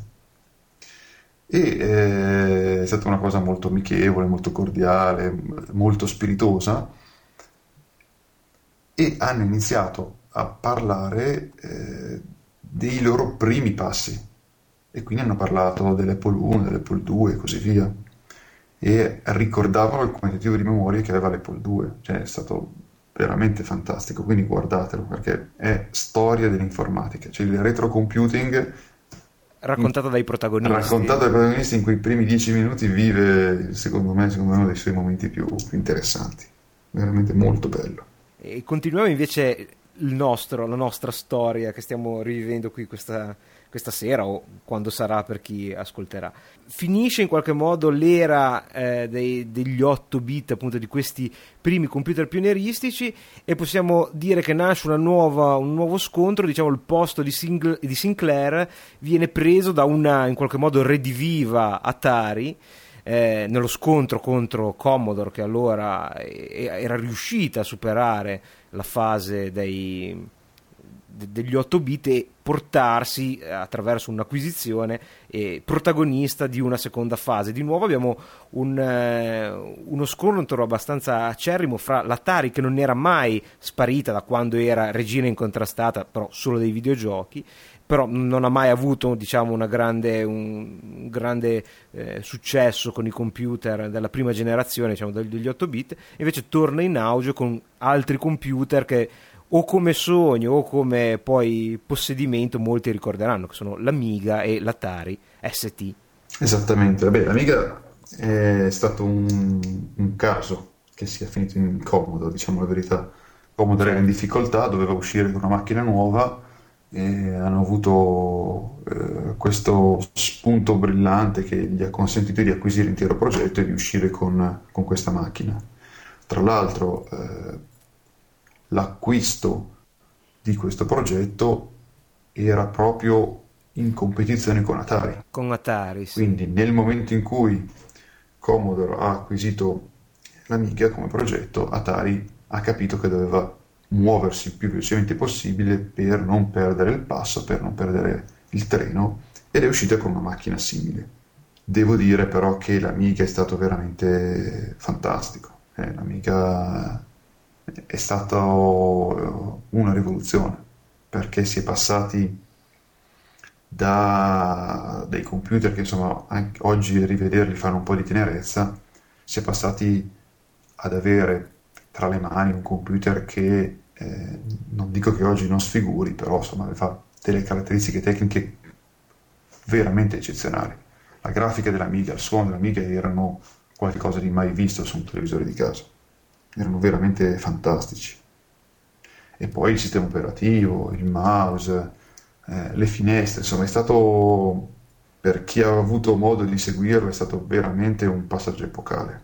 e è stata una cosa molto amichevole, molto cordiale, molto spiritosa, e hanno iniziato a parlare dei loro primi passi, e quindi hanno parlato dell'Apple 1, dell'Apple 2 e così via, e ricordavano il quantitativo di memoria che aveva l'Apple 2, cioè è stato veramente fantastico, quindi guardatelo perché è storia dell'informatica, cioè il retrocomputing Raccontata dai protagonisti in quei primi 10 minuti vive, secondo me, uno dei suoi momenti più interessanti, veramente molto bello. E continuiamo invece la nostra storia che stiamo rivivendo qui questa sera, o quando sarà per chi ascolterà. Finisce in qualche modo l'era degli 8 bit, appunto, di questi primi computer pionieristici, e possiamo dire che nasce un nuovo scontro, diciamo. Il posto di Sinclair viene preso da una, in qualche modo, rediviva Atari, nello scontro contro Commodore, che allora era riuscita a superare la fase degli 8 bit e portarsi, attraverso un'acquisizione, protagonista di una seconda fase. Di nuovo abbiamo uno scontro abbastanza acerrimo fra l'Atari, che non era mai sparita da quando era regina incontrastata, però solo dei videogiochi, però non ha mai avuto, diciamo, un grande successo con i computer della prima generazione, diciamo, degli 8 bit. Invece torna in auge con altri computer che, o come sogno o come poi possedimento, molti ricorderanno, che sono l'Amiga e l'Atari ST. Esattamente, beh, l'Amiga è stato un caso che sia finito in Commodore, diciamo la verità. Commodore era in difficoltà, doveva uscire con una macchina nuova, e hanno avuto questo spunto brillante che gli ha consentito di acquisire l'intero progetto e di uscire con questa macchina. Tra l'altro l'acquisto di questo progetto era proprio in competizione con Atari. Con Atari, sì. Quindi nel momento in cui Commodore ha acquisito l'Amiga come progetto, Atari ha capito che doveva muoversi il più velocemente possibile per non perdere il passo, per non perdere il treno, ed è uscita con una macchina simile. Devo dire però che l'Amiga è stato fantastico. L'Amiga è stata una rivoluzione, perché si è passati da dei computer che, insomma, anche oggi rivederli fanno un po' di tenerezza, si è passati ad avere tra le mani un computer che non dico che oggi non sfiguri, però insomma aveva delle caratteristiche tecniche veramente eccezionali. La grafica dell'Amiga, il suono dell'Amiga erano qualcosa di mai visto su un televisore di casa. Erano veramente fantastici. E poi il sistema operativo, il mouse, le finestre, insomma è stato, per chi ha avuto modo di seguirlo, è stato veramente un passaggio epocale.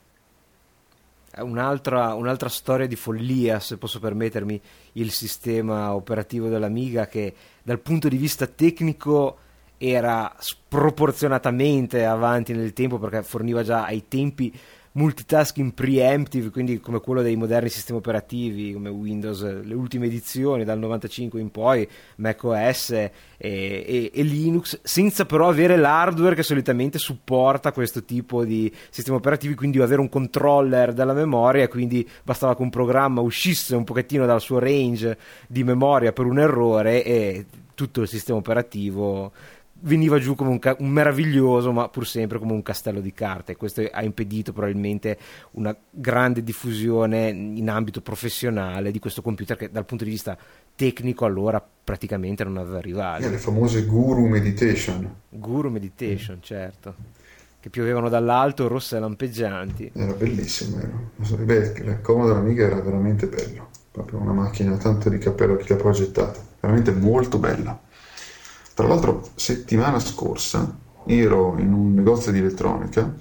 È un'altra storia di follia, se posso permettermi, il sistema operativo dell'Amiga, che dal punto di vista tecnico era sproporzionatamente avanti nel tempo, perché forniva già ai tempi multitasking preemptive, quindi come quello dei moderni sistemi operativi come Windows, le ultime edizioni dal 95 in poi, macOS e Linux, senza però avere l'hardware che solitamente supporta questo tipo di sistemi operativi, quindi avere un controller della memoria, quindi bastava che un programma uscisse un pochettino dal suo range di memoria per un errore e tutto il sistema operativo veniva giù come un meraviglioso, ma pur sempre come un castello di carte. Questo ha impedito probabilmente una grande diffusione in ambito professionale di questo computer, che dal punto di vista tecnico allora praticamente non aveva rivali. Le famose Guru Meditation. Guru Meditation, certo, che piovevano dall'alto, rosse e lampeggianti. Era bellissimo, beh, il Commodore Amiga era veramente bello, proprio una macchina, tanto di cappello chi l'ha progettata, veramente molto bella. Tra l'altro, settimana scorsa ero in un negozio di elettronica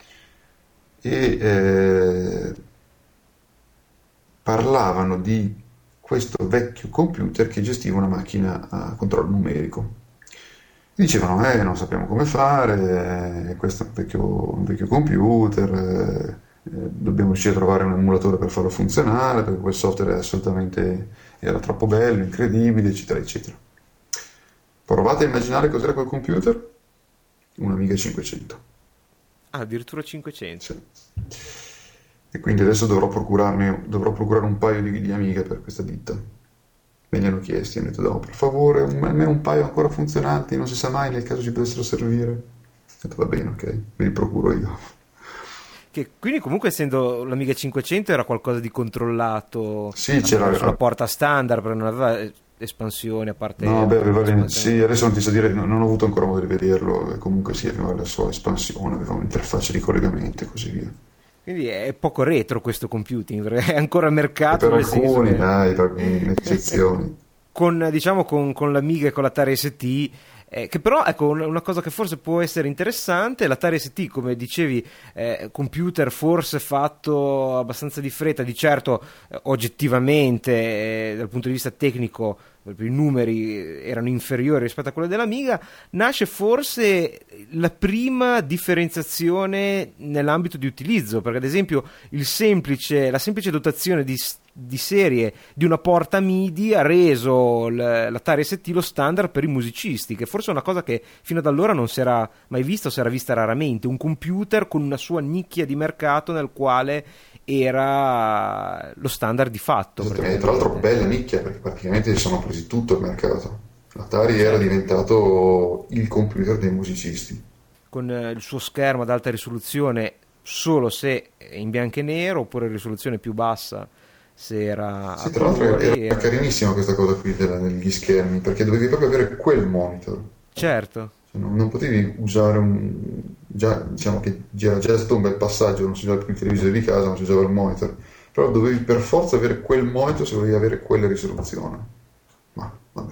e parlavano di questo vecchio computer che gestiva una macchina a controllo numerico. Dicevano, non sappiamo come fare, questo è un vecchio computer, dobbiamo riuscire a trovare un emulatore per farlo funzionare, perché quel software era troppo bello, incredibile, eccetera, eccetera. Provate a immaginare cos'era quel computer? Un Amiga 500. Ah, addirittura 500. Sì. E quindi adesso dovrò procurare un paio di Amiga per questa ditta. Me li hanno chiesti, hanno detto, per favore, almeno un paio ancora funzionanti, non si sa mai nel caso ci potessero servire. Ho detto, va bene, ok, me li procuro io. Che quindi comunque, essendo l'Amiga 500, era qualcosa di controllato, sì, c'era sulla porta standard, perché non aveva espansione a parte. No, beh, sì, adesso non ti so dire, non ho avuto ancora modo di vederlo, comunque sì, aveva la sua espansione, aveva un'interfaccia di collegamento e così via. Quindi è poco retro questo computing, perché è ancora a mercato. E per alcuni, dai, per eccezioni. Con l'Amiga e con l'Atari ST, che però, ecco, una cosa che forse può essere interessante, l'Atari ST, come dicevi, computer forse fatto abbastanza di fretta, di certo oggettivamente, dal punto di vista tecnico, i numeri erano inferiori rispetto a quelli dell'Amiga. Nasce forse la prima differenziazione nell'ambito di utilizzo, perché ad esempio la semplice dotazione di serie di una porta MIDI ha reso l'Atari ST lo standard per i musicisti, che forse è una cosa che fino ad allora non si era mai vista o si era vista raramente, un computer con una sua nicchia di mercato nel quale era lo standard di fatto. Tra l'altro bella nicchia, perché praticamente si sono presi tutto il mercato. L'Atari era diventato il computer dei musicisti. Con il suo schermo ad alta risoluzione solo se in bianco e nero, oppure risoluzione più bassa se era sì, tra l'altro era carinissima questa cosa qui degli schermi, perché dovevi proprio avere quel monitor. Certo. Non potevi usare diciamo che era già stato un bel passaggio, non si usava più il televisore di casa, ma si usava il monitor, però dovevi per forza avere quel monitor se volevi avere quella risoluzione. Ma vabbè.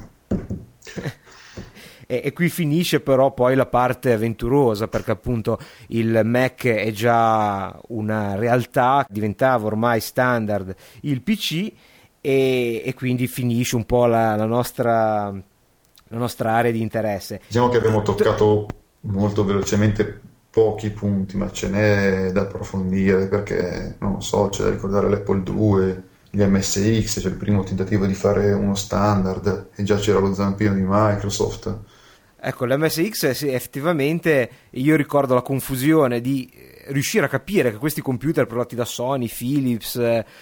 E qui finisce però poi la parte avventurosa, perché appunto il Mac è già una realtà, diventava ormai standard il PC, e quindi finisce un po' la nostra area di interesse. Diciamo che abbiamo toccato molto velocemente pochi punti, ma ce n'è da approfondire, perché non lo so, c'è da ricordare l'Apple II, gli MSX, cioè il primo tentativo di fare uno standard, e già c'era lo zampino di Microsoft. Ecco, l'MSX, sì, effettivamente io ricordo la confusione di riuscire a capire che questi computer prodotti da Sony, Philips,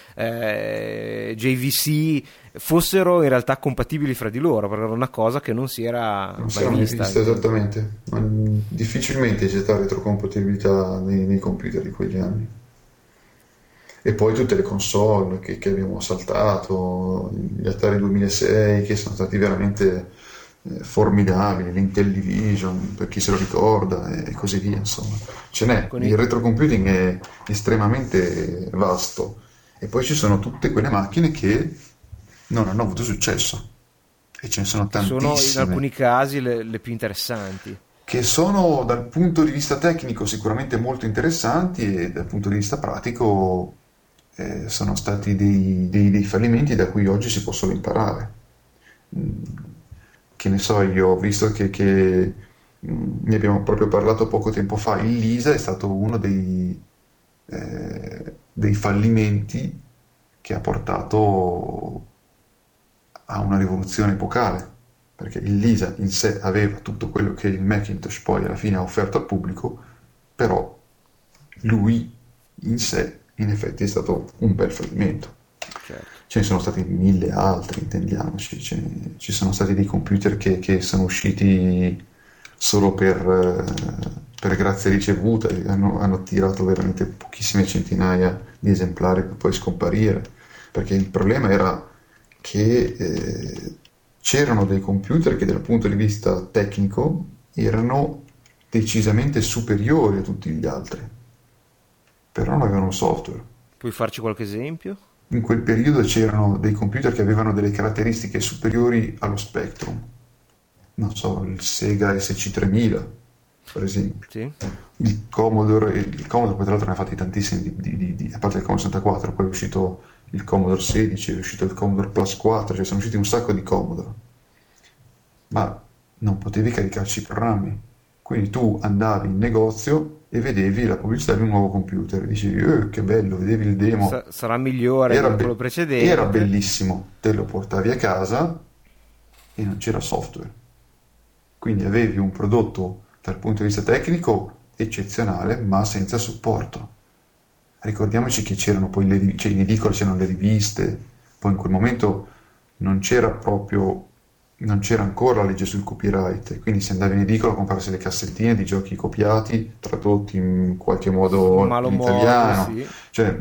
JVC fossero in realtà compatibili fra di loro, perché era una cosa che non si era mai vista. Esattamente, ma difficilmente c'è stata retrocompatibilità nei computer di quegli anni. E poi tutte le console che abbiamo saltato, gli Atari 2006, che sono stati veramente formidabili, l'Intellivision, per chi se lo ricorda, e così via, insomma. Ce n'è, Con il retrocomputing è estremamente vasto, e poi ci sono tutte quelle macchine che non hanno avuto successo, e ce ne sono che sono in tantissime, alcuni casi le più interessanti. che sono dal punto di vista tecnico sicuramente molto interessanti, e dal punto di vista pratico sono stati dei fallimenti da cui oggi si può solo imparare. Che ne so, io ho visto ne abbiamo proprio parlato poco tempo fa, il Lisa è stato uno dei fallimenti che ha portato a una rivoluzione epocale, perché il Lisa in sé aveva tutto quello che il Macintosh poi alla fine ha offerto al pubblico, però lui in sé in effetti è stato un bel fallimento. Certo. Ce ne sono stati mille altri, intendiamoci, ci sono stati dei computer che sono usciti solo per grazia ricevuta, e hanno tirato veramente pochissime centinaia di esemplari per poi scomparire, perché il problema era che c'erano dei computer che dal punto di vista tecnico erano decisamente superiori a tutti gli altri, però non avevano software. Puoi farci qualche esempio? In quel periodo c'erano dei computer che avevano delle caratteristiche superiori allo Spectrum, non so, il Sega SC3000 per esempio, Sì. il Commodore poi tra l'altro ne ha fatti tantissimi, a parte il Commodore 64, poi è uscito il Commodore 16, è uscito il Commodore Plus 4, cioè sono usciti un sacco di Commodore, ma non potevi caricarci i programmi, quindi tu andavi in negozio e vedevi la pubblicità di un nuovo computer e dicevi che bello, vedevi il demo, Sarà migliore di quello precedente. era bellissimo, te lo portavi a casa e non c'era software, quindi avevi un prodotto dal punto di vista tecnico eccezionale ma senza supporto. Ricordiamoci che c'erano poi in edicola c'erano le riviste, poi in quel momento non c'era ancora la legge sul copyright, quindi se andavi in edicola a comprarsi le cassettine di giochi copiati, tradotti in qualche modo Malo in modo, italiano, sì. cioè,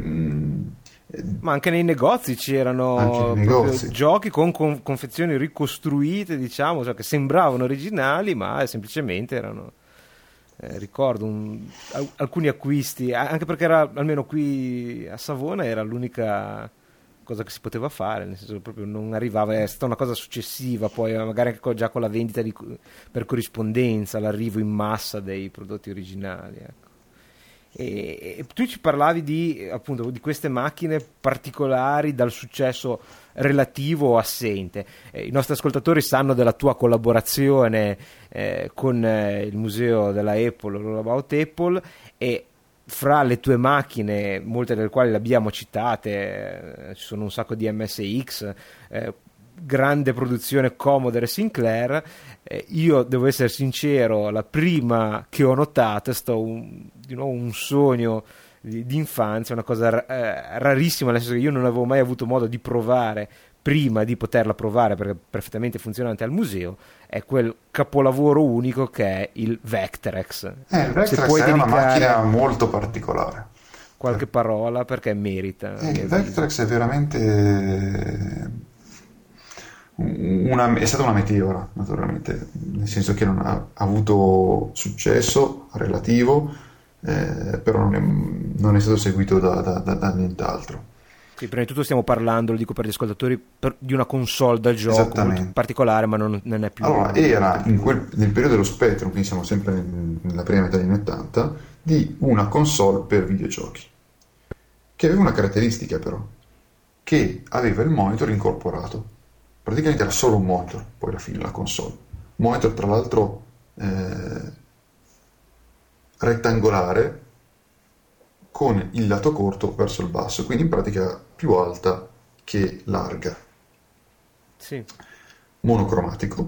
Ma anche nei negozi c'erano Anche nei proprio negozi. giochi con confezioni ricostruite, diciamo, cioè che sembravano originali, ma semplicemente erano. Ricordo alcuni acquisti, anche perché era, almeno qui a Savona, era l'unica cosa che si poteva fare, nel senso che proprio non arrivava, è stata una cosa successiva, poi magari anche già con la vendita per corrispondenza, l'arrivo in massa dei prodotti originali, ecco. E tu ci parlavi appunto di queste macchine particolari dal successo relativo o assente. I nostri ascoltatori sanno della tua collaborazione con il museo della Apple, l'All About Apple, e fra le tue macchine, molte delle quali le abbiamo citate, ci sono un sacco di MSX, grande produzione Commodore e Sinclair. Io devo essere sincero, la prima che ho notato è stato di nuovo un sogno di infanzia, una cosa rarissima, nel senso che io non avevo mai avuto modo di provare prima di poterla provare, perché è perfettamente funzionante al museo, è quel capolavoro unico che è il Vectrex. il Vectrex è una macchina molto particolare. Qualche parola, perché merita. Il Vectrex è veramente è stata una meteora, naturalmente, nel senso che non ha avuto successo relativo, però non è stato seguito da nient'altro. Sì, prima di tutto stiamo parlando, lo dico per gli ascoltatori, di una console da gioco molto particolare, ma non è più. Allora, era nel periodo dello Spectrum, quindi siamo sempre nella prima metà degli anni 80, di una console per videogiochi, che aveva una caratteristica però, che aveva il monitor incorporato. Praticamente era solo un monitor, poi alla fine la console. Monitor tra l'altro rettangolare, con il lato corto verso il basso, quindi in pratica più alta che larga. Sì. Monocromatico,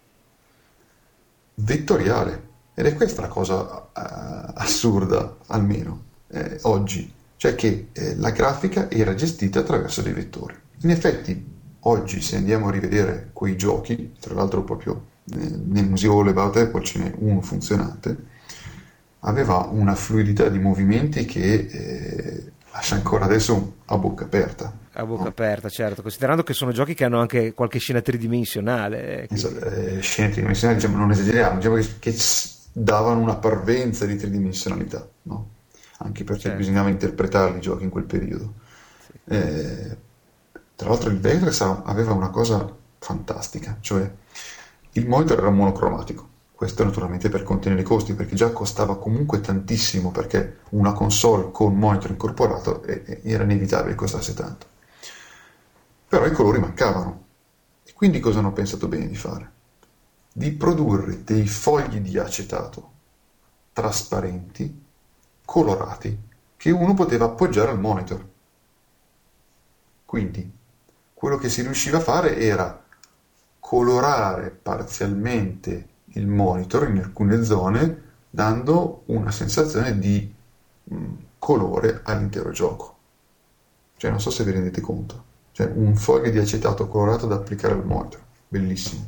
vettoriale, ed è questa la cosa assurda, almeno oggi, cioè che la grafica era gestita attraverso dei vettori. In effetti oggi, se andiamo a rivedere quei giochi, tra l'altro proprio nel museo All About Apple ce n'è uno funzionante, aveva una fluidità di movimenti che lascia ancora adesso a bocca aperta. A bocca no? aperta, certo, considerando che sono giochi che hanno anche qualche scena tridimensionale. Scene tridimensionali, diciamo, non esageriamo, diciamo che davano una parvenza di tridimensionalità, no? Anche perché Certo. bisognava interpretarli i giochi in quel periodo. Sì. Tra l'altro il Vectrex aveva una cosa fantastica, cioè il monitor era monocromatico. Questo naturalmente per contenere i costi, perché già costava comunque tantissimo, perché una console con monitor incorporato era inevitabile che costasse tanto. Però i colori mancavano. E quindi cosa hanno pensato bene di fare? Di produrre dei fogli di acetato trasparenti, colorati, che uno poteva appoggiare al monitor. Quindi quello che si riusciva a fare era colorare parzialmente il monitor in alcune zone, dando una sensazione di colore all'intero gioco. Cioè, non so se vi rendete conto. Cioè, un foglio di acetato colorato da applicare al monitor. Bellissimo.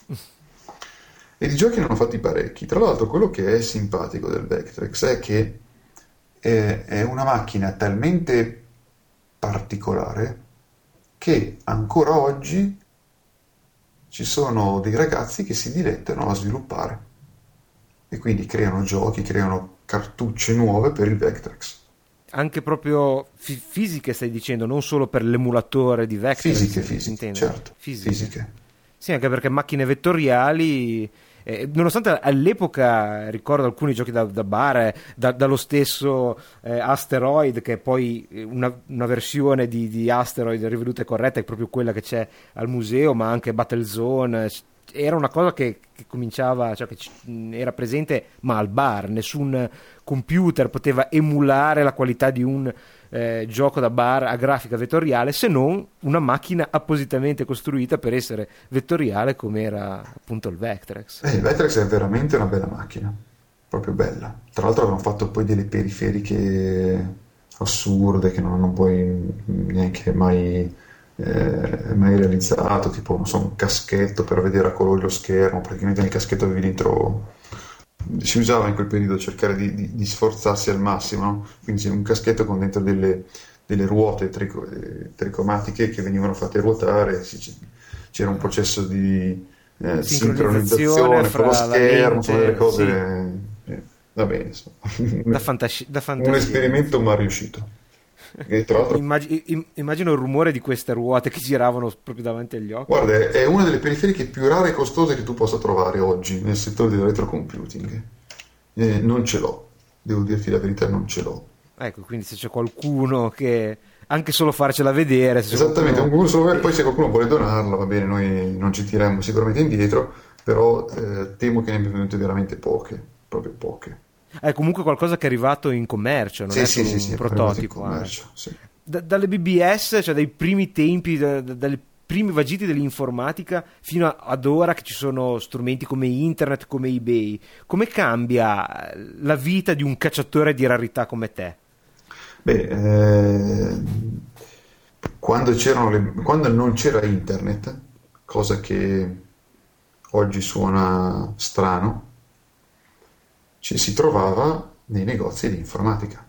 E di giochi ne hanno fatti parecchi. Tra l'altro, quello che è simpatico del Vectrex è che è una macchina talmente particolare che ancora oggi ci sono dei ragazzi che si dilettano a sviluppare e quindi creano giochi, creano cartucce nuove per il Vectrex. Anche proprio fisiche stai dicendo, non solo per l'emulatore di Vectrex. Fisiche, certo. Fisiche. Sì, anche perché macchine vettoriali, nonostante all'epoca ricordo alcuni giochi da bar, dallo stesso Asteroid, che è poi una versione di Asteroid riveduta e corretta, è proprio quella che c'è al museo, ma anche Battlezone. Era una cosa che cominciava, cioè che era presente, ma al bar. Nessun computer poteva emulare la qualità di un gioco da bar a grafica vettoriale, se non una macchina appositamente costruita per essere vettoriale, come era appunto il Vectrex. Il Vectrex è veramente una bella macchina, proprio bella. Tra l'altro avevano fatto poi delle periferiche assurde che non puoi neanche mai realizzato, tipo non so, un caschetto per vedere a colori lo schermo. Praticamente nel caschetto avevi dentro, si usava in quel periodo cercare di sforzarsi al massimo, no? Quindi c'è un caschetto con dentro delle ruote tricromatiche che venivano fatte ruotare, c'era un processo di sincronizzazione fra lo schermo, sono delle cose, sì. Va bene, insomma. Da fantasia. Un esperimento mal riuscito. E tra l'altro, immagino il rumore di queste ruote che giravano proprio davanti agli occhi. Guarda, è una delle periferiche più rare e costose che tu possa trovare oggi nel settore del retrocomputing. Non ce l'ho, devo dirti la verità, non ce l'ho. Ecco, quindi se c'è qualcuno che anche solo farcela vedere, se esattamente, poi se qualcuno vuole donarla, va bene, noi non ci tireremo sicuramente indietro, però temo che ne abbia venute veramente poche, proprio poche. È comunque qualcosa che è arrivato in commercio, non è solo un prototipo. Sì. Dalle BBS, cioè dai primi tempi, dalle primi vagiti dell'informatica fino ad ora che ci sono strumenti come internet, come eBay, come cambia la vita di un cacciatore di rarità come te? Quando non c'era internet, cosa che oggi suona strano, ci si trovava nei negozi di informatica,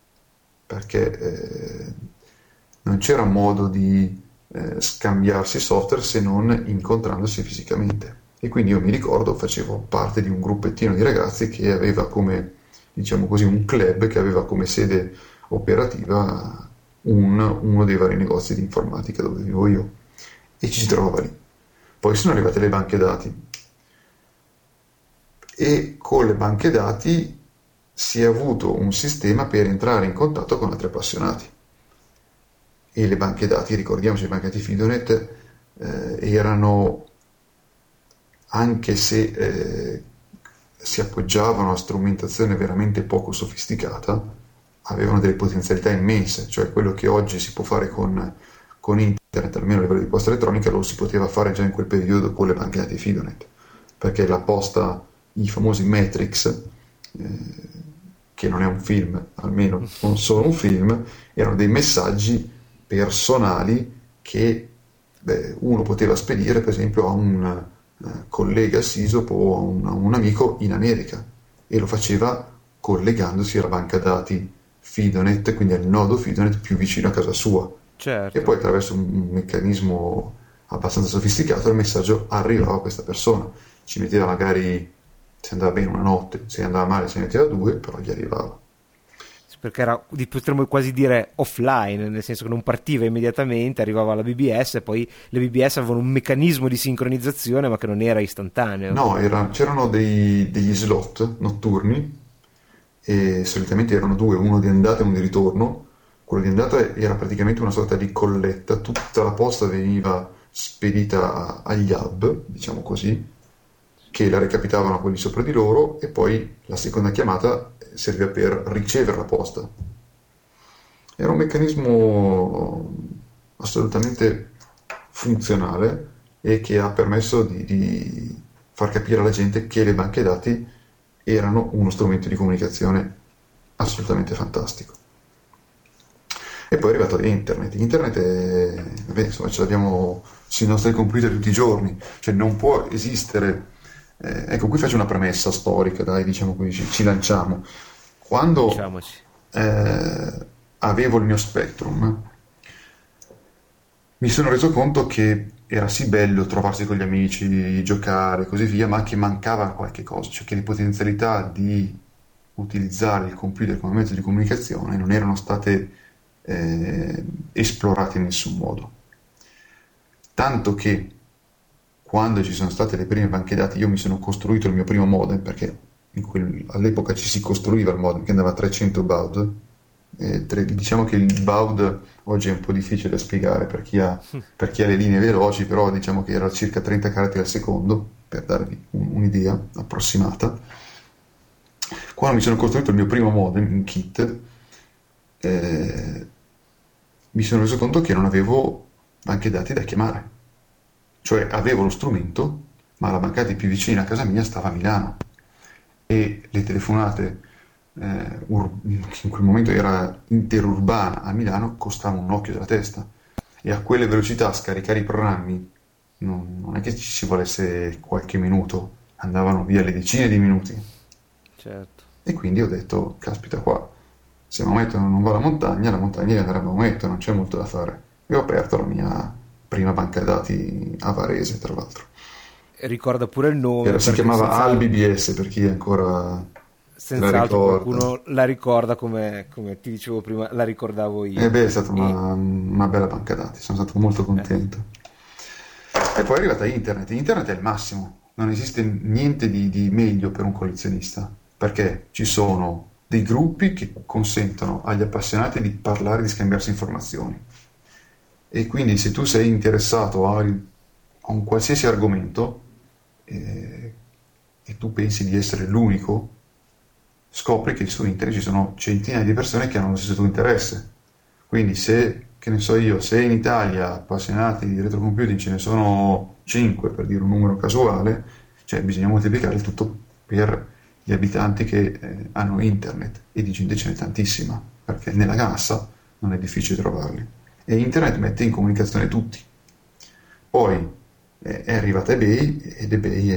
perché non c'era modo di scambiarsi software se non incontrandosi fisicamente. E quindi io mi ricordo, facevo parte di un gruppettino di ragazzi che aveva come, diciamo così, un club che aveva come sede operativa uno dei vari negozi di informatica dove vivo io, e ci si trovava lì. Poi sono arrivate le banche dati, e con le banche dati si è avuto un sistema per entrare in contatto con altri appassionati. E le banche dati, ricordiamoci, le banche dati Fidonet erano, anche se si appoggiavano a strumentazione veramente poco sofisticata, avevano delle potenzialità immense. Cioè quello che oggi si può fare con internet, almeno a livello di posta elettronica, lo si poteva fare già in quel periodo con le banche dati Fidonet, perché la posta, i famosi Matrix, che non è un film, almeno non sono un film, erano dei messaggi personali che uno poteva spedire per esempio a un collega SISOP o a un amico in America, e lo faceva collegandosi alla banca dati Fidonet, quindi al nodo Fidonet più vicino a casa sua, certo. E poi attraverso un meccanismo abbastanza sofisticato il messaggio arrivava a questa persona. Ci metteva magari, se andava bene una notte, se andava male se ne metteva due, però gli arrivava. Perché era, potremmo quasi dire offline, nel senso che non partiva immediatamente, arrivava alla BBS e poi le BBS avevano un meccanismo di sincronizzazione ma che non era istantaneo. No, c'erano degli slot notturni e solitamente erano due, uno di andata e uno di ritorno. Quello di andata era praticamente una sorta di colletta, tutta la posta veniva spedita agli hub, diciamo così, che la recapitavano a quelli sopra di loro e poi la seconda chiamata serviva per ricevere la posta. Era un meccanismo assolutamente funzionale e che ha permesso di far capire alla gente che le banche dati erano uno strumento di comunicazione assolutamente fantastico. E poi è arrivato internet. Internet vabbè, insomma, ce l'abbiamo sui nostri computer tutti i giorni, cioè non può esistere. Ecco, qui faccio una premessa storica, dai, diciamo così, ci lanciamo. Quando Diciamoci. avevo il mio Spectrum, mi sono reso conto che era sì bello trovarsi con gli amici, giocare e così via, ma che mancava qualche cosa, cioè che le potenzialità di utilizzare il computer come mezzo di comunicazione non erano state esplorate in nessun modo. Tanto che quando ci sono state le prime banche dati, io mi sono costruito il mio primo modem, perché all'epoca ci si costruiva il modem che andava a 300 baud. Diciamo che il baud oggi è un po' difficile da spiegare per chi ha le linee veloci, però diciamo che era circa 30 caratteri al secondo, per darvi un'idea approssimata. Quando mi sono costruito il mio primo modem in kit, mi sono reso conto che non avevo banche dati da chiamare. Cioè avevo lo strumento, ma la banca dati più vicina a casa mia stava a Milano e le telefonate che in quel momento era interurbana a Milano costavano un occhio della testa e a quelle velocità scaricare i programmi non è che ci si volesse qualche minuto, andavano via le decine di minuti. Certo. E quindi ho detto, caspita qua, se Maometto non va alla montagna, la montagna deve andare a Maometto, non c'è molto da fare. E ho aperto la mia prima banca dati a Varese, tra l'altro. Ricorda pure il nome. Si chiamava AlBBS, per chi ancora senz'altro qualcuno la ricorda, come ti dicevo prima, la ricordavo io. È stata una bella banca dati, sono stato molto contento. E poi è arrivata internet. Internet è il massimo, non esiste niente di meglio per un collezionista, perché ci sono dei gruppi che consentono agli appassionati di parlare, di scambiarsi informazioni. E quindi se tu sei interessato a un qualsiasi argomento e tu pensi di essere l'unico, scopri che su internet ci sono centinaia di persone che hanno lo stesso tuo interesse. Quindi se in Italia appassionati di retrocomputing ce ne sono 5, per dire un numero casuale, cioè bisogna moltiplicare il tutto per gli abitanti che hanno internet, e di gente ce n'è tantissima, perché nella massa non è difficile trovarli. E internet mette in comunicazione tutti. Poi è arrivata eBay, ed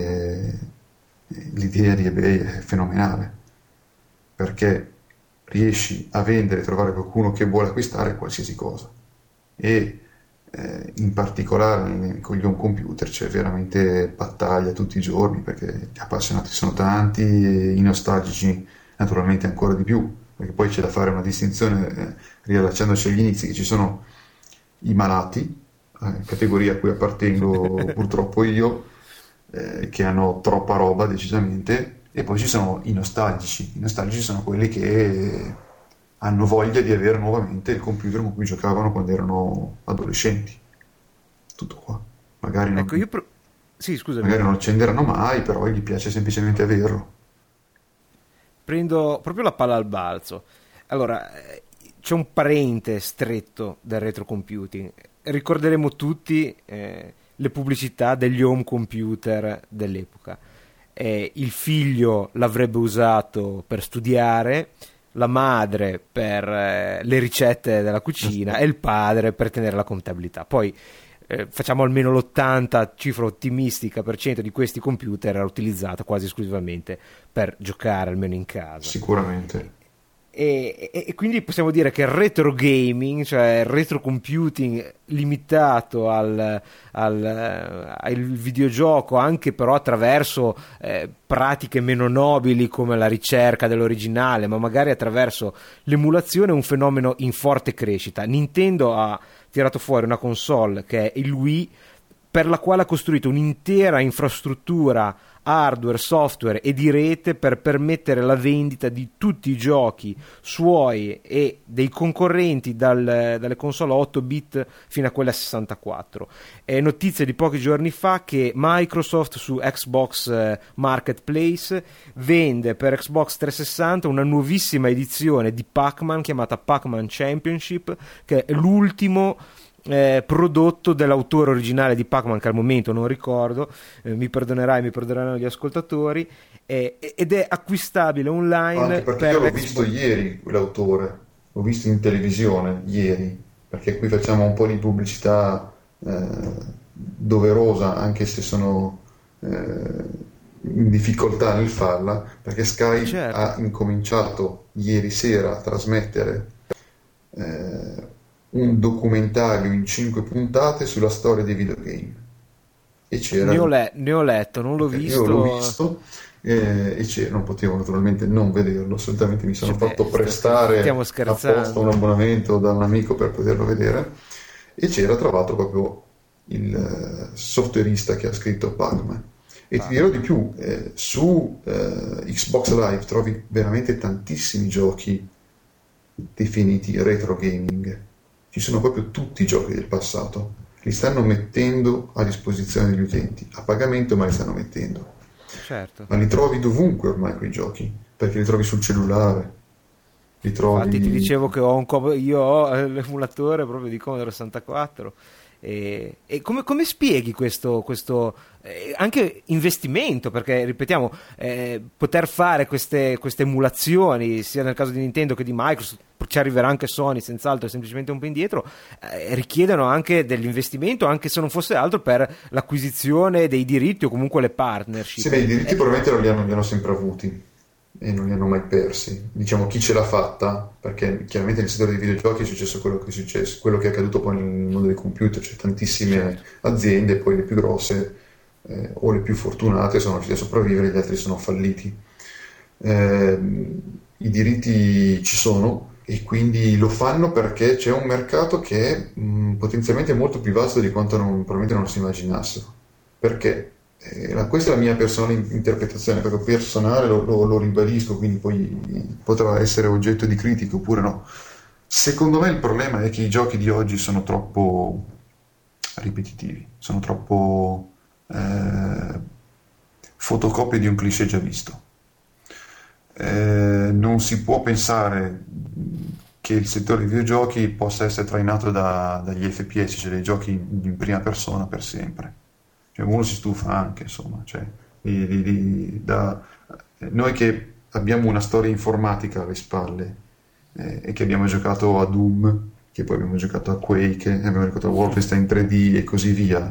l'idea di eBay è fenomenale, perché riesci a vendere e trovare qualcuno che vuole acquistare qualsiasi cosa, e in particolare con gli home computer c'è veramente battaglia tutti i giorni, perché gli appassionati sono tanti e i nostalgici naturalmente ancora di più, perché poi c'è da fare una distinzione, riallacciandoci agli inizi, che ci sono i malati, categoria a cui appartengo purtroppo io, che hanno troppa roba decisamente, e poi ci sono i nostalgici. I nostalgici sono quelli che hanno voglia di avere nuovamente il computer con cui giocavano quando erano adolescenti. Tutto qua. Magari non, sì, scusami. magari non accenderanno mai, però gli piace semplicemente averlo. Prendo proprio la palla al balzo. Allora, c'è un parente stretto del retrocomputing. Ricorderemo tutti le pubblicità degli home computer dell'epoca. Il figlio l'avrebbe usato per studiare, la madre per le ricette della cucina e il padre per tenere la contabilità. Poi facciamo almeno l'80, cifra ottimistica, per cento di questi computer era utilizzato quasi esclusivamente per giocare, almeno in casa. Sicuramente. E quindi possiamo dire che il retro gaming, cioè il retro computing limitato al videogioco, anche però attraverso pratiche meno nobili come la ricerca dell'originale, ma magari attraverso l'emulazione, è un fenomeno in forte crescita. Nintendo ha tirato fuori una console che è il Wii, per la quale ha costruito un'intera infrastruttura hardware, software e di rete per permettere la vendita di tutti i giochi suoi e dei concorrenti, dalle console a 8 bit fino a quelle a 64. È notizia di pochi giorni fa che Microsoft su Xbox Marketplace vende per Xbox 360 una nuovissima edizione di Pac-Man chiamata Pac-Man Championship, che è l'ultimo prodotto dell'autore originale di Pac-Man, che al momento non ricordo, mi perdoneranno gli ascoltatori, ed è acquistabile online. Anche perché io l'ho visto ieri l'autore, l'ho visto in televisione ieri, perché qui facciamo un po' di pubblicità doverosa, anche se sono in difficoltà nel farla, perché Sky certo. ha incominciato ieri sera a trasmettere un documentario in 5 puntate sulla storia dei videogame. E c'era... ne ho letto, non l'ho visto. Io l'ho visto e non potevo naturalmente non vederlo, assolutamente mi sono fatto prestare apposta un abbonamento da un amico per poterlo vedere, e c'era tra l'altro proprio il softwareista che ha scritto Pac-Man. E ti dirò di più, su Xbox Live trovi veramente tantissimi giochi definiti retro gaming. Ci sono proprio tutti i giochi del passato, li stanno mettendo a disposizione degli utenti, a pagamento, ma li stanno mettendo. Certo. Ma li trovi dovunque ormai quei giochi, perché li trovi sul cellulare, li trovi... Infatti ti dicevo che io ho l'emulatore proprio di Commodore 64. E come spieghi questo anche investimento, perché ripetiamo, poter fare queste emulazioni sia nel caso di Nintendo che di Microsoft, ci arriverà anche Sony senz'altro, è semplicemente un po' indietro, richiedono anche dell'investimento, anche se non fosse altro per l'acquisizione dei diritti o comunque le partnership. Sì, beh, i diritti probabilmente li hanno sempre avuti e non li hanno mai persi. Diciamo, chi ce l'ha fatta, perché chiaramente nel settore dei videogiochi è successo quello che è successo, quello che è accaduto poi nel mondo dei computer, c'è tantissime aziende, poi le più grosse o le più fortunate sono riuscite a sopravvivere, gli altri sono falliti. I diritti ci sono e quindi lo fanno perché c'è un mercato che è potenzialmente molto più vasto di quanto probabilmente non si immaginassero. Perché? Questa è la mia personale interpretazione, proprio personale, lo ribadisco, quindi poi potrà essere oggetto di critica oppure no. Secondo me il problema è che i giochi di oggi sono troppo ripetitivi, sono troppo fotocopie di un cliché già visto. Non si può pensare che il settore dei videogiochi possa essere trainato dagli FPS, cioè dei giochi in prima persona per sempre. Cioè, uno si stufa anche, insomma, cioè, noi che abbiamo una storia informatica alle spalle e che abbiamo giocato a Doom, che poi abbiamo giocato a Quake, abbiamo giocato a Wolfenstein 3D e così via,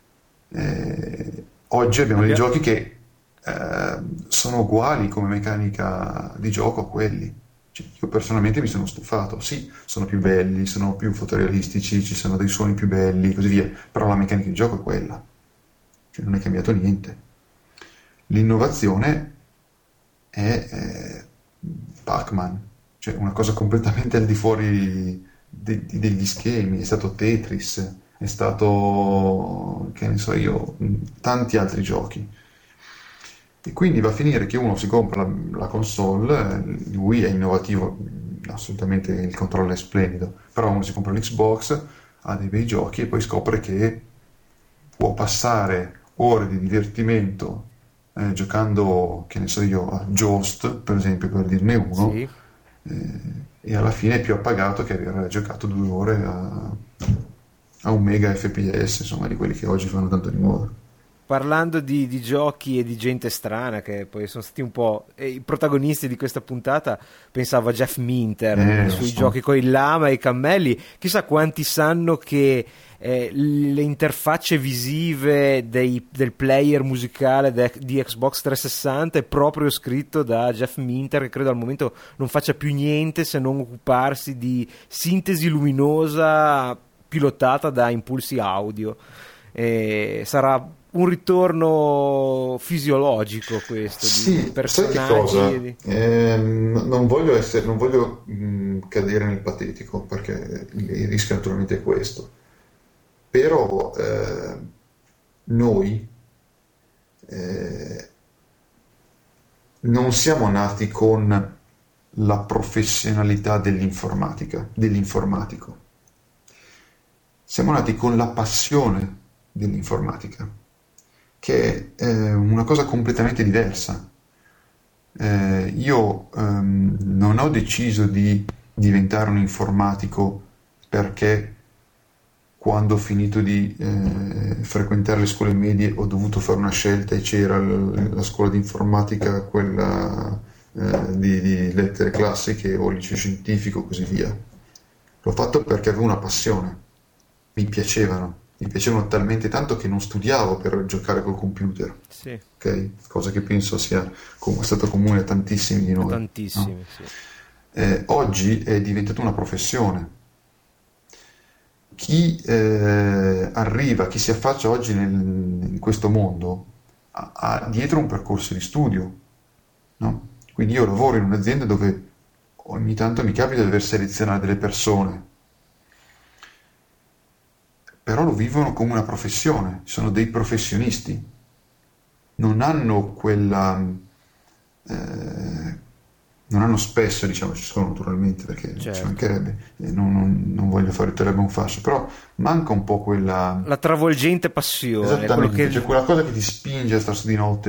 oggi abbiamo dei giochi che sono uguali come meccanica di gioco a quelli. Cioè, io personalmente mi sono stufato, sì, sono più belli, sono più fotorealistici, ci sono dei suoni più belli, così via, però la meccanica di gioco è quella. Cioè, non è cambiato niente. L'innovazione è Pac-Man, cioè una cosa completamente al di fuori degli schemi. È stato Tetris, è stato, che ne so io, tanti altri giochi. E quindi va a finire che uno si compra la console, lui è innovativo, assolutamente, il controllo è splendido, però uno si compra l'Xbox, ha dei bei giochi e poi scopre che può passare ore di divertimento giocando, che ne so io, a Joust, per esempio, per dirne uno, sì. E alla fine è più appagato che aver giocato 2 ore a un mega FPS, insomma, di quelli che oggi fanno tanto di moda. parlando di giochi e di gente strana, che poi sono stati un po' i protagonisti di questa puntata, pensavo a Jeff Minter sui giochi con il lama e i cammelli. Chissà quanti sanno che le interfacce visive del player musicale di Xbox 360 è proprio scritto da Jeff Minter, che credo al momento non faccia più niente se non occuparsi di sintesi luminosa pilotata da impulsi audio. Sarà un ritorno fisiologico questo, Sì, di sai che cosa? personaggi. Non voglio cadere nel patetico, perché il rischio naturalmente è questo. Però noi eh, non siamo nati con la professionalità dell'informatico. Siamo nati con la passione dell'informatica, che è una cosa completamente diversa. Io non ho deciso di diventare un informatico perché quando ho finito di frequentare le scuole medie ho dovuto fare una scelta e c'era la scuola di informatica, quella di lettere classiche o liceo scientifico, così via. L'ho fatto perché avevo una passione, mi piacevano talmente tanto che non studiavo per giocare col computer, Sì, ok? Cosa che penso sia stato comune a tantissimi di noi, no? tantissimi, sì. Oggi è diventata una professione. Chi arriva, chi si affaccia oggi in questo mondo ha dietro un percorso di studio, no? Quindi io lavoro in un'azienda dove ogni tanto mi capita di dover selezionare delle persone, però lo vivono come una professione, sono dei professionisti, non hanno eh, non hanno spesso, diciamo, ci sono naturalmente perché ci Certo. mancherebbe, non voglio fare il un fascio, però manca un po' quella. La travolgente passione, quello Esattamente, che... cioè quella cosa che ti spinge a star su di notte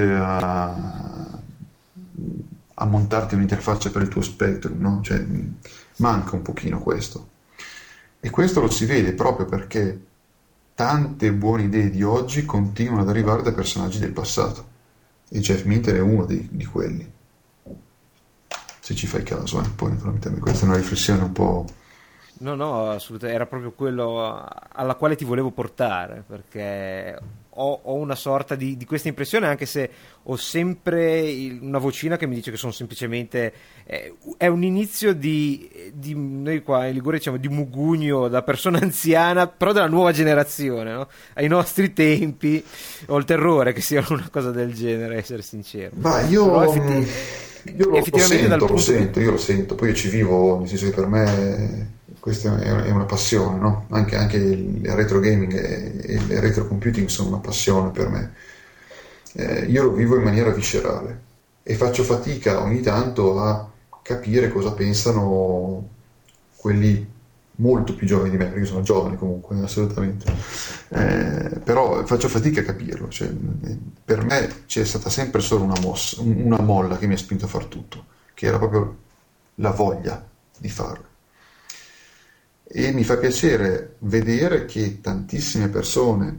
a montarti un'interfaccia per il tuo Spectrum, no? Cioè, manca un pochino questo. E questo lo si vede proprio perché tante buone idee di oggi continuano ad arrivare da personaggi del passato. E Jeff Minter è uno di quelli, se ci fai caso, eh. Poi naturalmente questa è una riflessione un po'. No, no, assolutamente, era proprio quello alla quale ti volevo portare, perché ho una sorta di questa impressione, anche se ho sempre una vocina che mi dice che sono semplicemente... è un inizio noi qua in Liguria diciamo di mugugno da persona anziana, però della nuova generazione, no? Ai nostri tempi ho il terrore che sia una cosa del genere, essere sincero. Ma Però io lo effettivamente dal sento, punto di... io lo sento, poi io ci vivo, nel senso che per me questa è una passione, no? Anche il retro gaming e il retro computing sono una passione per me. Io lo vivo in maniera viscerale e faccio fatica ogni tanto a capire cosa pensano quelli molto più giovani di me, perché io sono giovane comunque, assolutamente. Però faccio fatica a capirlo, cioè, per me c'è stata sempre solo una mossa, una molla che mi ha spinto a far tutto, che era proprio la voglia di farlo. E mi fa piacere vedere che tantissime persone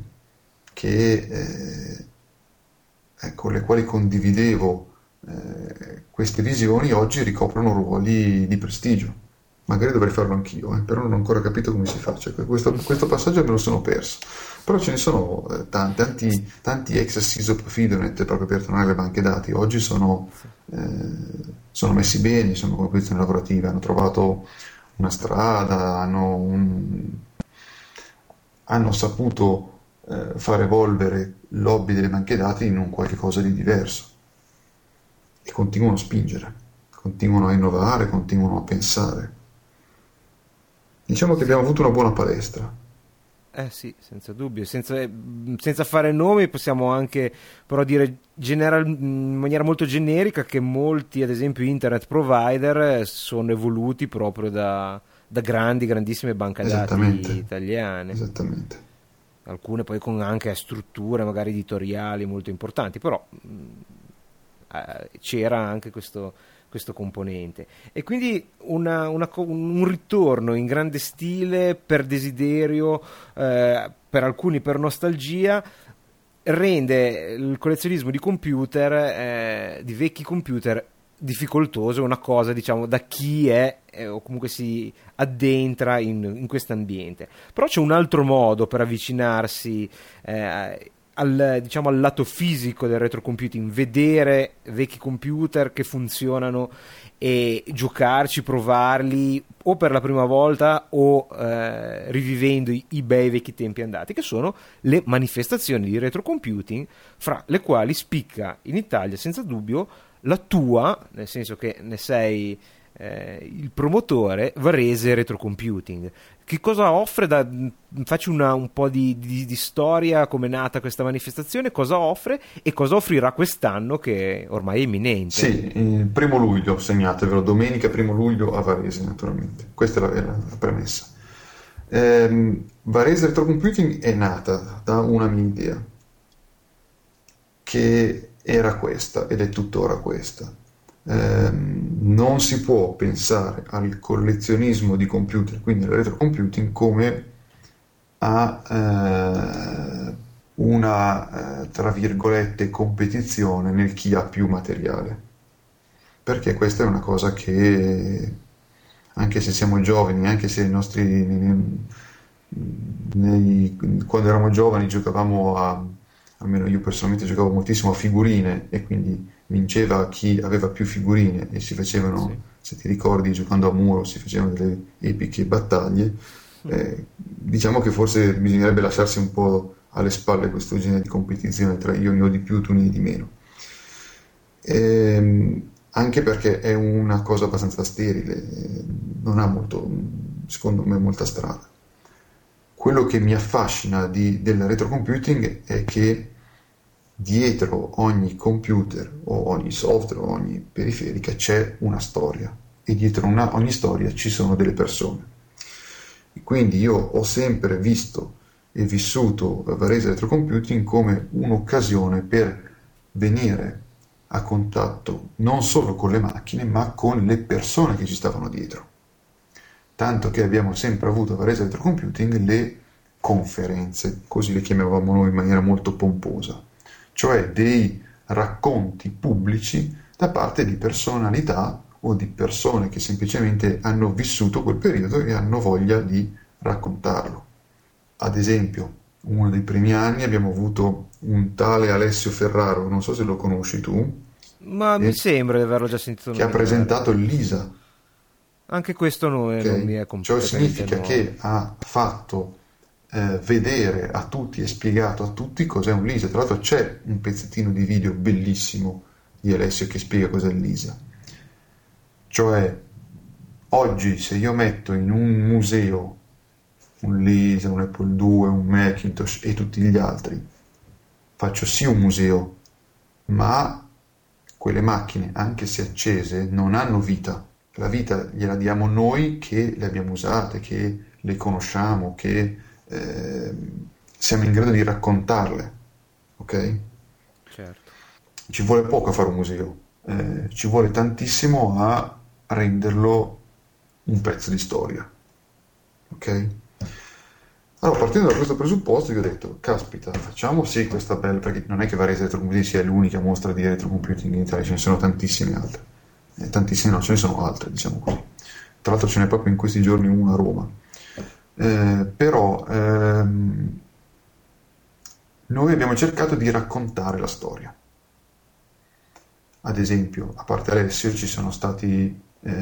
con le quali condividevo queste visioni oggi ricoprono ruoli di prestigio. Magari dovrei farlo anch'io, però non ho ancora capito come si fa. Cioè, questo passaggio me lo sono perso. Però ce ne sono tanti ex SysOp Fidonet proprio per tornare alle banche dati. Oggi sono messi bene, sono con posizioni lavorative, hanno trovato una strada, hanno saputo far evolvere il lobby delle banche dati in un qualche cosa di diverso e continuano a spingere, continuano a innovare, continuano a pensare. Diciamo che abbiamo avuto una buona palestra. Sì, senza dubbio, senza fare nomi possiamo anche però dire in maniera molto generica che molti, ad esempio, internet provider sono evoluti proprio da grandissime banche dati italiane. Esattamente. Alcune poi con anche strutture magari editoriali molto importanti, però c'era anche questo componente e quindi un ritorno in grande stile per desiderio, per alcuni per nostalgia, rende il collezionismo di computer, di vecchi computer, difficoltoso, una cosa, diciamo, da chi è o comunque si addentra in questo ambiente. Però c'è un altro modo per avvicinarsi diciamo, al lato fisico del retrocomputing, vedere vecchi computer che funzionano e giocarci, provarli o per la prima volta o rivivendo i bei vecchi tempi andati, che sono le manifestazioni di retrocomputing, fra le quali spicca in Italia senza dubbio la tua, nel senso che ne sei il promotore, Varese Retrocomputing. Che cosa offre? Facci un po' di storia, come è nata questa manifestazione, cosa offre e cosa offrirà quest'anno, che ormai è imminente. Sì, il 1° luglio, segnatevelo, domenica 1° luglio a Varese, naturalmente. Questa è la premessa. Varese Retrocomputing è nata da una mia idea, che era questa ed è tuttora questa. Non si può pensare al collezionismo di computer, quindi al retrocomputing, come a una tra virgolette competizione nel chi ha più materiale, perché questa è una cosa che, anche se siamo giovani, anche se i nostri quando eravamo giovani giocavamo almeno io personalmente giocavo moltissimo a figurine, e quindi vinceva chi aveva più figurine, e si facevano, sì, se ti ricordi, giocando a muro si facevano delle epiche battaglie. Diciamo che forse bisognerebbe lasciarsi un po' alle spalle questo genere di competizione tra io ne ho di più, tu ne hai di meno, anche perché è una cosa abbastanza sterile, non ha molto, secondo me, molta strada. Quello che mi affascina del retrocomputing è che dietro ogni computer o ogni software o ogni periferica c'è una storia, e dietro ogni storia ci sono delle persone. E quindi io ho sempre visto e vissuto Varese Retrocomputing come un'occasione per venire a contatto non solo con le macchine, ma con le persone che ci stavano dietro. Tanto che abbiamo sempre avuto a Varese Retrocomputing le conferenze, così le chiamavamo noi in maniera molto pomposa, cioè dei racconti pubblici da parte di personalità o di persone che semplicemente hanno vissuto quel periodo e hanno voglia di raccontarlo. Ad esempio, uno dei primi anni abbiamo avuto un tale Alessio Ferraro, non so se lo conosci tu, ma mi sembra di averlo già sentito, che ha presentato il Lisa. Anche questo non mi è completamente Cioè significa nuovo. che ha fatto vedere a tutti e spiegato a tutti cos'è un Lisa. Tra l'altro c'è un pezzettino di video bellissimo di Alessio che spiega cos'è il Lisa. Cioè, oggi se io metto in un museo un Lisa, un Apple II, un Macintosh e tutti gli altri, faccio sì un museo, ma quelle macchine, anche se accese, non hanno vita. La vita gliela diamo noi che le abbiamo usate, che le conosciamo, che siamo in grado di raccontarle, ok? Certo. Ci vuole poco a fare un museo, ci vuole tantissimo a renderlo un pezzo di storia, ok? Allora, partendo da questo presupposto, io ho detto, caspita, facciamo sì questa bella, perché non è che Varese Retrocomputing sia l'unica mostra di retrocomputing in Italia, ce ne sono tantissime altre, tantissime no, ce ne sono altre, diciamo così. Tra l'altro ce n'è proprio in questi giorni una a Roma. Però noi abbiamo cercato di raccontare la storia. Ad esempio, a parte Alessio, ci sono stati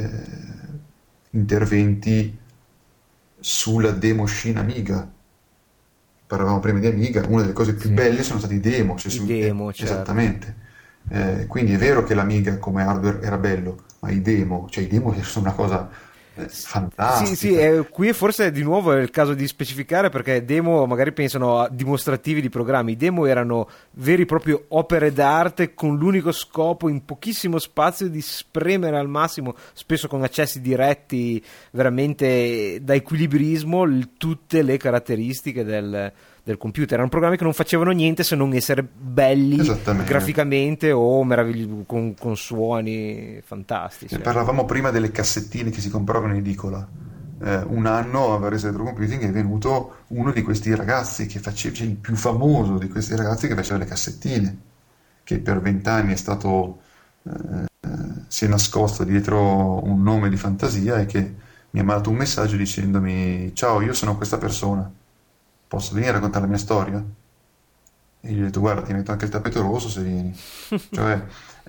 interventi sulla demo Shin Amiga. Parlavamo prima di Amiga, una delle cose più belle sono stati i demo, demo, certo. Esattamente. Quindi è vero che l'Amiga come hardware era bello, ma i demo sono una cosa fantastica. Sì, qui forse di nuovo è il caso di specificare, perché demo magari pensano a dimostrativi di programmi. I demo erano veri e propri opere d'arte con l'unico scopo, in pochissimo spazio, di spremere al massimo, spesso con accessi diretti veramente da equilibrismo, tutte le caratteristiche del computer. Erano programmi che non facevano niente se non essere belli graficamente o meravigliosi, con suoni fantastici. Parlavamo prima delle cassettine che si compravano in edicola, un anno a Varese Retro Computing è venuto uno di questi ragazzi che faceva, cioè il più famoso di questi ragazzi che faceva le cassettine, che per 20 anni è stato, si è nascosto dietro un nome di fantasia e che mi ha mandato un messaggio dicendomi: ciao, io sono questa persona, posso venire a raccontare la mia storia? E gli ho detto: guarda, ti metto anche il tappeto rosso se vieni. Cioè,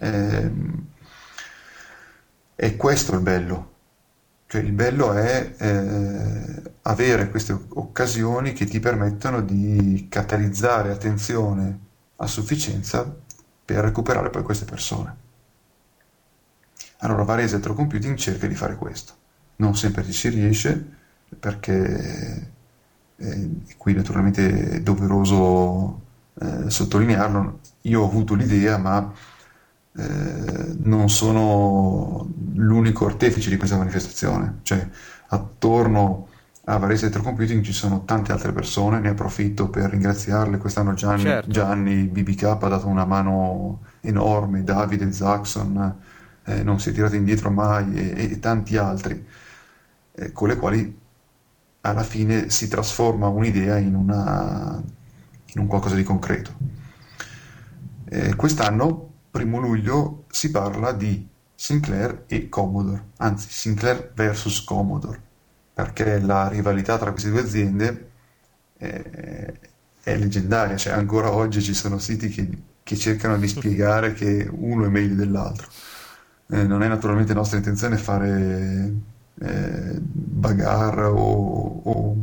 è questo il bello. Cioè, il bello è avere queste occasioni che ti permettono di catalizzare attenzione a sufficienza per recuperare poi queste persone. Allora Varese Retro Computing cerca di fare questo. Non sempre ci si riesce, perché qui naturalmente è doveroso sottolinearlo. Io ho avuto l'idea, ma non sono l'unico artefice di questa manifestazione. Cioè, attorno a Varese Retro Computing ci sono tante altre persone, ne approfitto per ringraziarle. Quest'anno Certo. Gianni BBK ha dato una mano enorme, Davide Zaxxon non si è tirato indietro mai, e tanti altri, con le quali alla fine si trasforma un'idea in un qualcosa di concreto. Quest'anno, 1° luglio, si parla di Sinclair e Commodore, anzi Sinclair versus Commodore, perché la rivalità tra queste due aziende è leggendaria. Cioè, ancora oggi ci sono siti che cercano di spiegare che uno è meglio dell'altro. Non è naturalmente nostra intenzione fare bagarre o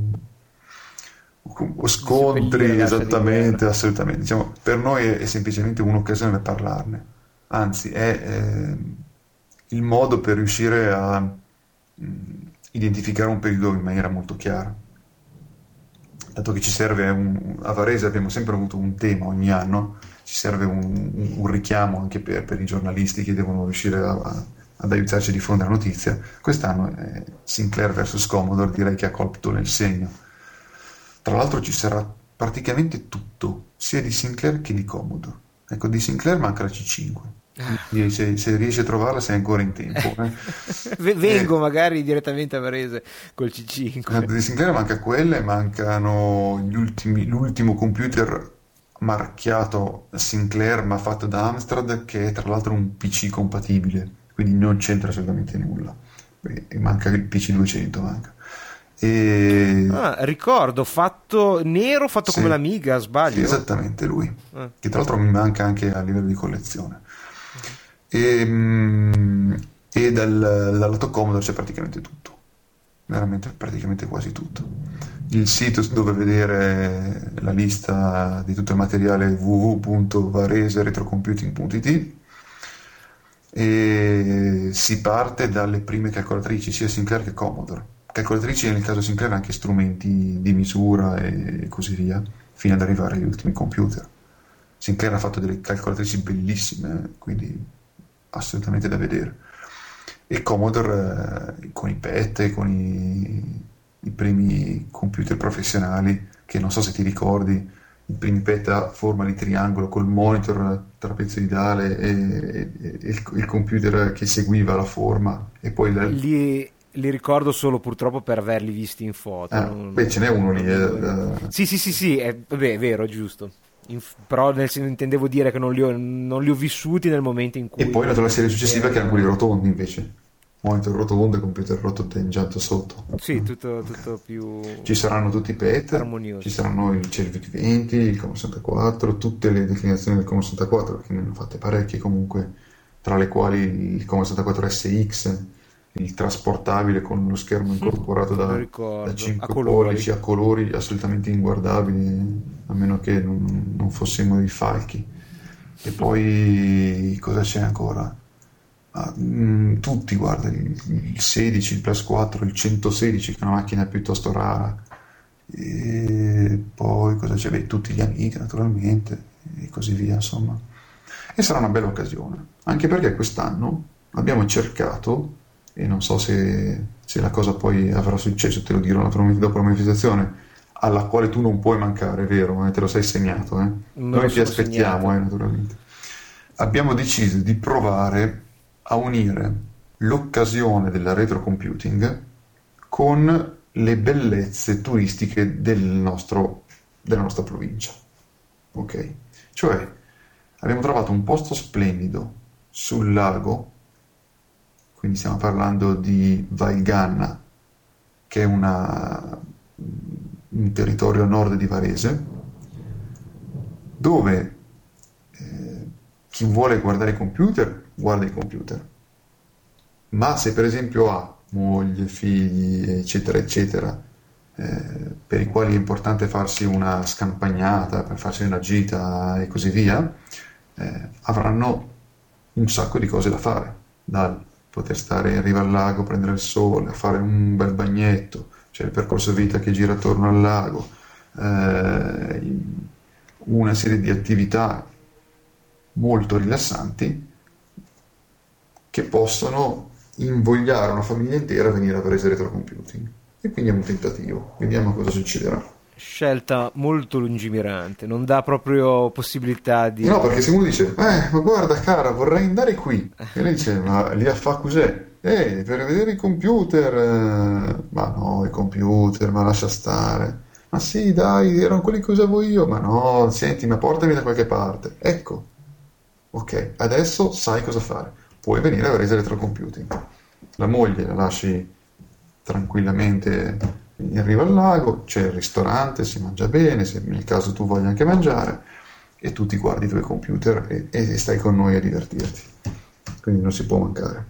scontri, esattamente, assolutamente. Diciamo, per noi è semplicemente un'occasione per parlarne, anzi è il modo per riuscire a identificare un periodo in maniera molto chiara. Dato che ci serve a Varese abbiamo sempre avuto un tema ogni anno, ci serve un richiamo anche per i giornalisti che devono riuscire ad aiutarci a diffondere la notizia. Quest'anno Sinclair versus Commodore direi che ha colto nel segno. Tra l'altro ci sarà praticamente tutto, sia di Sinclair che di Commodore. Ecco, di Sinclair manca la C5. Quindi se riesci a trovarla sei ancora in tempo. Vengo magari direttamente a Varese col C5. Di Sinclair manca quella e mancano l'ultimo computer marchiato Sinclair ma fatto da Amstrad, che è tra l'altro un PC compatibile, quindi non c'entra assolutamente nulla. E manca il PC200, manca. Ricordo, fatto nero, fatto Sì, come l'Amiga, sbaglio? sì, esattamente lui, che tra l'altro mi manca anche a livello di collezione. E dal lato Commodore c'è praticamente tutto, veramente praticamente quasi tutto. Il sito dove vedere la lista di tutto il materiale è www.vareseretrocomputing.it, e si parte dalle prime calcolatrici sia Sinclair che Commodore. Calcolatrici nel caso Sinclair, anche strumenti di misura e così via, fino ad arrivare agli ultimi computer. Sinclair ha fatto delle calcolatrici bellissime, quindi assolutamente da vedere. E Commodore con i PET e con i primi computer professionali, che non so se ti ricordi, i primi PET a forma di triangolo col monitor trapezoidale e il computer che seguiva la forma, e poi li ricordo solo purtroppo per averli visti in foto. Beh, ce n'è uno lì. Sì, è vero, è giusto. Però intendevo dire che non li ho vissuti nel momento in cui... E poi la serie successiva che erano quelli rotondi invece. Monitor rotondo e computer rototeggiato sotto. Sì, tutto più... Ci saranno tutti i PET, armonioso. ci saranno il CL20, il Commodore 64, tutte le declinazioni del Commodore 64, perché ne hanno fatte parecchie comunque, tra le quali il Commodore 64 SX, il trasportabile con lo schermo incorporato da 5 pollici a colori, assolutamente inguardabili, a meno che non fossimo dei falchi. E poi cosa c'è ancora? Tutti, guarda, il 16, il Plus 4, il 116, che è una macchina piuttosto rara, e poi cosa c'è? Beh, tutti gli Amiga naturalmente, e così via, insomma. E sarà una bella occasione, anche perché quest'anno abbiamo cercato, e non so se la cosa poi avrà successo, te lo dirò naturalmente dopo la manifestazione, alla quale tu non puoi mancare, vero? Te lo sei segnato, Noi ti aspettiamo, naturalmente. Abbiamo deciso di provare a unire l'occasione della retro computing con le bellezze turistiche della nostra provincia. Ok? Cioè, abbiamo trovato un posto splendido sul lago, quindi stiamo parlando di Vailganna, che è un territorio a nord di Varese, dove chi vuole guardare i computer, guarda i computer. Ma se per esempio ha moglie, figli, eccetera, eccetera, per i quali è importante farsi una scampagnata, per farsi una gita e così via, avranno un sacco di cose da fare, dal poter stare in riva al lago, prendere il sole, fare un bel bagnetto, c'è il percorso vita che gira attorno al lago, una serie di attività molto rilassanti che possono invogliare una famiglia intera a venire a Varese Retro Computing. E quindi è un tentativo, vediamo cosa succederà. Scelta molto lungimirante, non dà proprio possibilità di... No, perché se uno dice, ma guarda cara, vorrei andare qui, e lei dice, ma lì a fa cos'è? Per vedere i computer, ma no, i computer, ma lascia stare. Ma sì, dai, erano quelli che usavo io, ma no, senti, ma portami da qualche parte. Ecco, ok, adesso sai cosa fare. Puoi venire a Varese Retro Computing. La moglie la lasci tranquillamente in riva al lago, c'è il ristorante, si mangia bene, se nel caso tu voglia anche mangiare, e tu ti guardi i tuoi computer e stai con noi a divertirti. Quindi non si può mancare.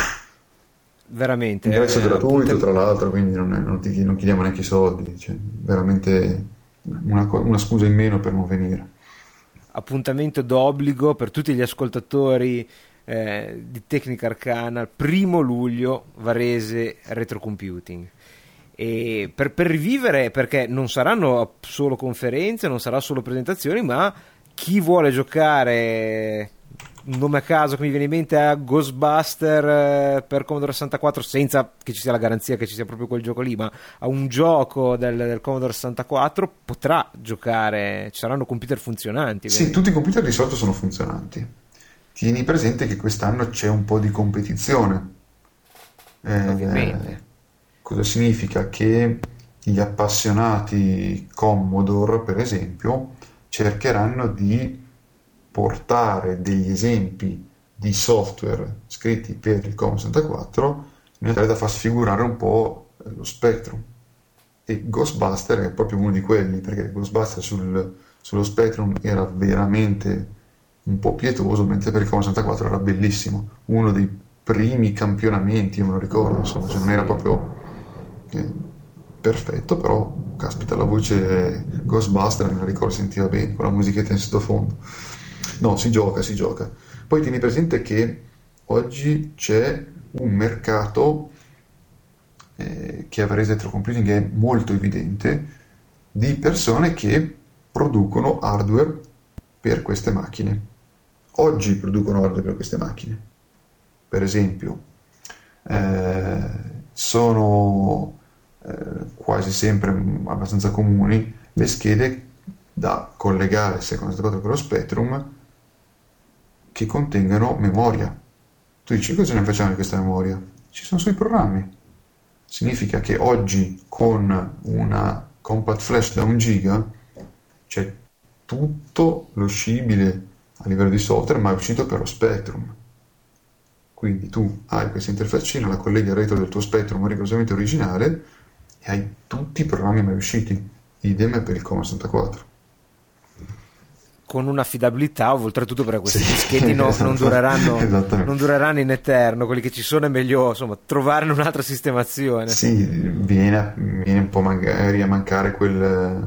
Veramente. Ingresso gratuito, tra l'altro, quindi non chiediamo neanche i soldi, cioè, veramente una scusa in meno per non venire. Appuntamento d'obbligo per tutti gli ascoltatori di Tecnica Arcana, 1 luglio, Varese Retro Computing. E per rivivere, perché non saranno solo conferenze, non sarà solo presentazioni, ma chi vuole giocare, un nome a caso che mi viene in mente, a Ghostbuster per Commodore 64, senza che ci sia la garanzia che ci sia proprio quel gioco lì, ma a un gioco del Commodore 64 potrà giocare, ci saranno computer funzionanti. Sì, tutti i computer di solito sono funzionanti. Tieni presente che quest'anno c'è un po' di competizione. Ovviamente. Cosa significa? Che gli appassionati Commodore, per esempio, cercheranno di portare degli esempi di software scritti per il Commodore 64 in maniera tale da far sfigurare un po' lo Spectrum. E Ghostbuster è proprio uno di quelli, perché Ghostbuster sullo Spectrum era veramente un po' pietoso, mentre per il Commodore 64 era bellissimo, uno dei primi campionamenti, io me lo ricordo, insomma, cioè non era proprio perfetto, però caspita, la voce Ghostbuster me la ricordo, sentiva bene con la musichetta in sottofondo. No, si gioca. Poi tieni presente che oggi c'è un mercato che a Varese Retro Computing è molto evidente, di persone che producono hardware per queste macchine. Oggi producono hardware per queste macchine. Per esempio, sono quasi sempre abbastanza comuni le schede da collegare secondo con lo Spectrum che contengano memoria. Tu dici, cosa ne facciamo di questa memoria? Ci sono sui programmi. Significa che oggi con una compact flash da 1 giga c'è tutto lo scibile a livello di software, ma è uscito per lo Spectrum. Quindi tu hai questa interfaccina, la colleghi al retro del tuo Spectrum rigorosamente originale e hai tutti i programmi mai usciti. Idem per il Commodore 64. Con un'affidabilità, oltretutto, perché questi dischetti non dureranno in eterno, quelli che ci sono è meglio, insomma, trovarne un'altra sistemazione. Sì, viene un po' magari a mancare quella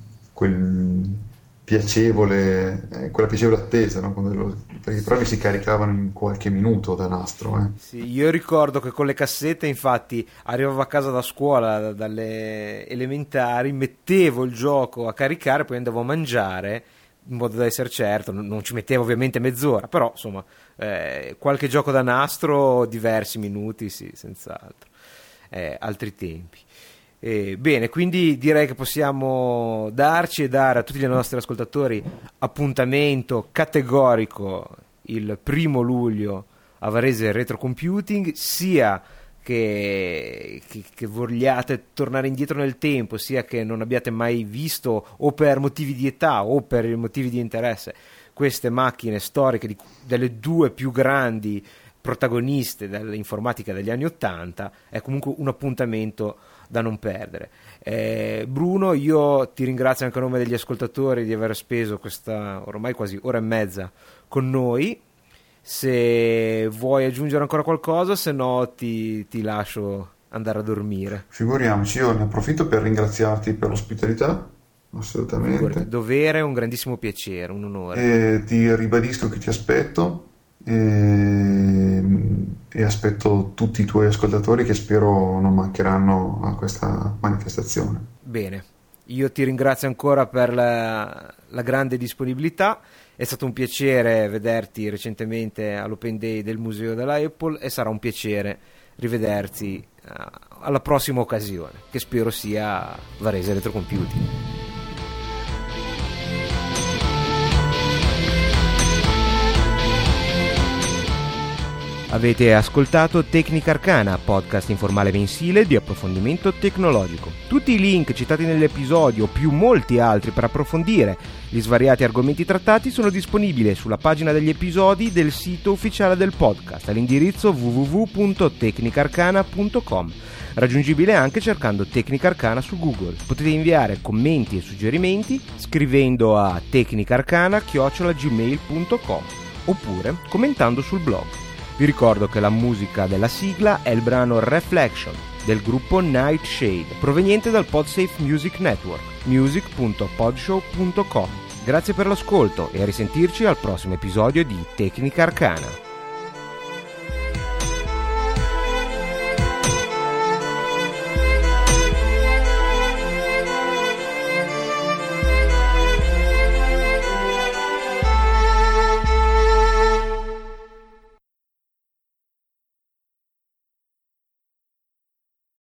piacevole attesa, no? Perché i programmi si caricavano in qualche minuto da nastro. Sì, io ricordo che con le cassette, infatti, arrivavo a casa da scuola, dalle elementari, mettevo il gioco a caricare, poi andavo a mangiare, in modo da essere certo, non ci mettevo ovviamente mezz'ora, però insomma qualche gioco da nastro, diversi minuti, sì, senz'altro. Altri tempi. Bene, quindi direi che possiamo darci e dare a tutti i nostri ascoltatori appuntamento categorico il 1 luglio a Varese Retro Computing, sia che vogliate tornare indietro nel tempo, sia che non abbiate mai visto, o per motivi di età o per motivi di interesse, queste macchine storiche delle due più grandi protagoniste dell'informatica degli anni '80, è comunque un appuntamento da non perdere. Bruno, io ti ringrazio anche a nome degli ascoltatori di aver speso questa ormai quasi ora e mezza con noi. Se vuoi aggiungere ancora qualcosa, se no ti lascio andare a dormire. Figuriamoci, io ne approfitto per ringraziarti per l'ospitalità, assolutamente. Dovere, un grandissimo piacere, un onore. E ti ribadisco che ti aspetto e aspetto tutti i tuoi ascoltatori, che spero non mancheranno a questa manifestazione. Bene, io ti ringrazio ancora per la grande disponibilità. È stato un piacere vederti recentemente all'Open Day del Museo della Apple e sarà un piacere rivederti alla prossima occasione, che spero sia Varese Retrocomputing. Avete ascoltato Tecnica Arcana, podcast informale mensile di approfondimento tecnologico. Tutti i link citati nell'episodio, più molti altri per approfondire gli svariati argomenti trattati, sono disponibili sulla pagina degli episodi del sito ufficiale del podcast all'indirizzo www.tecnicarcana.com, raggiungibile anche cercando Tecnica Arcana su Google. Potete inviare commenti e suggerimenti scrivendo a tecnicarcana@gmail.com oppure commentando sul blog. Vi ricordo che la musica della sigla è il brano Reflection del gruppo Nightshade, proveniente dal Podsafe Music Network, music.podshow.com. Grazie per l'ascolto e a risentirci al prossimo episodio di Tecnica Arcana.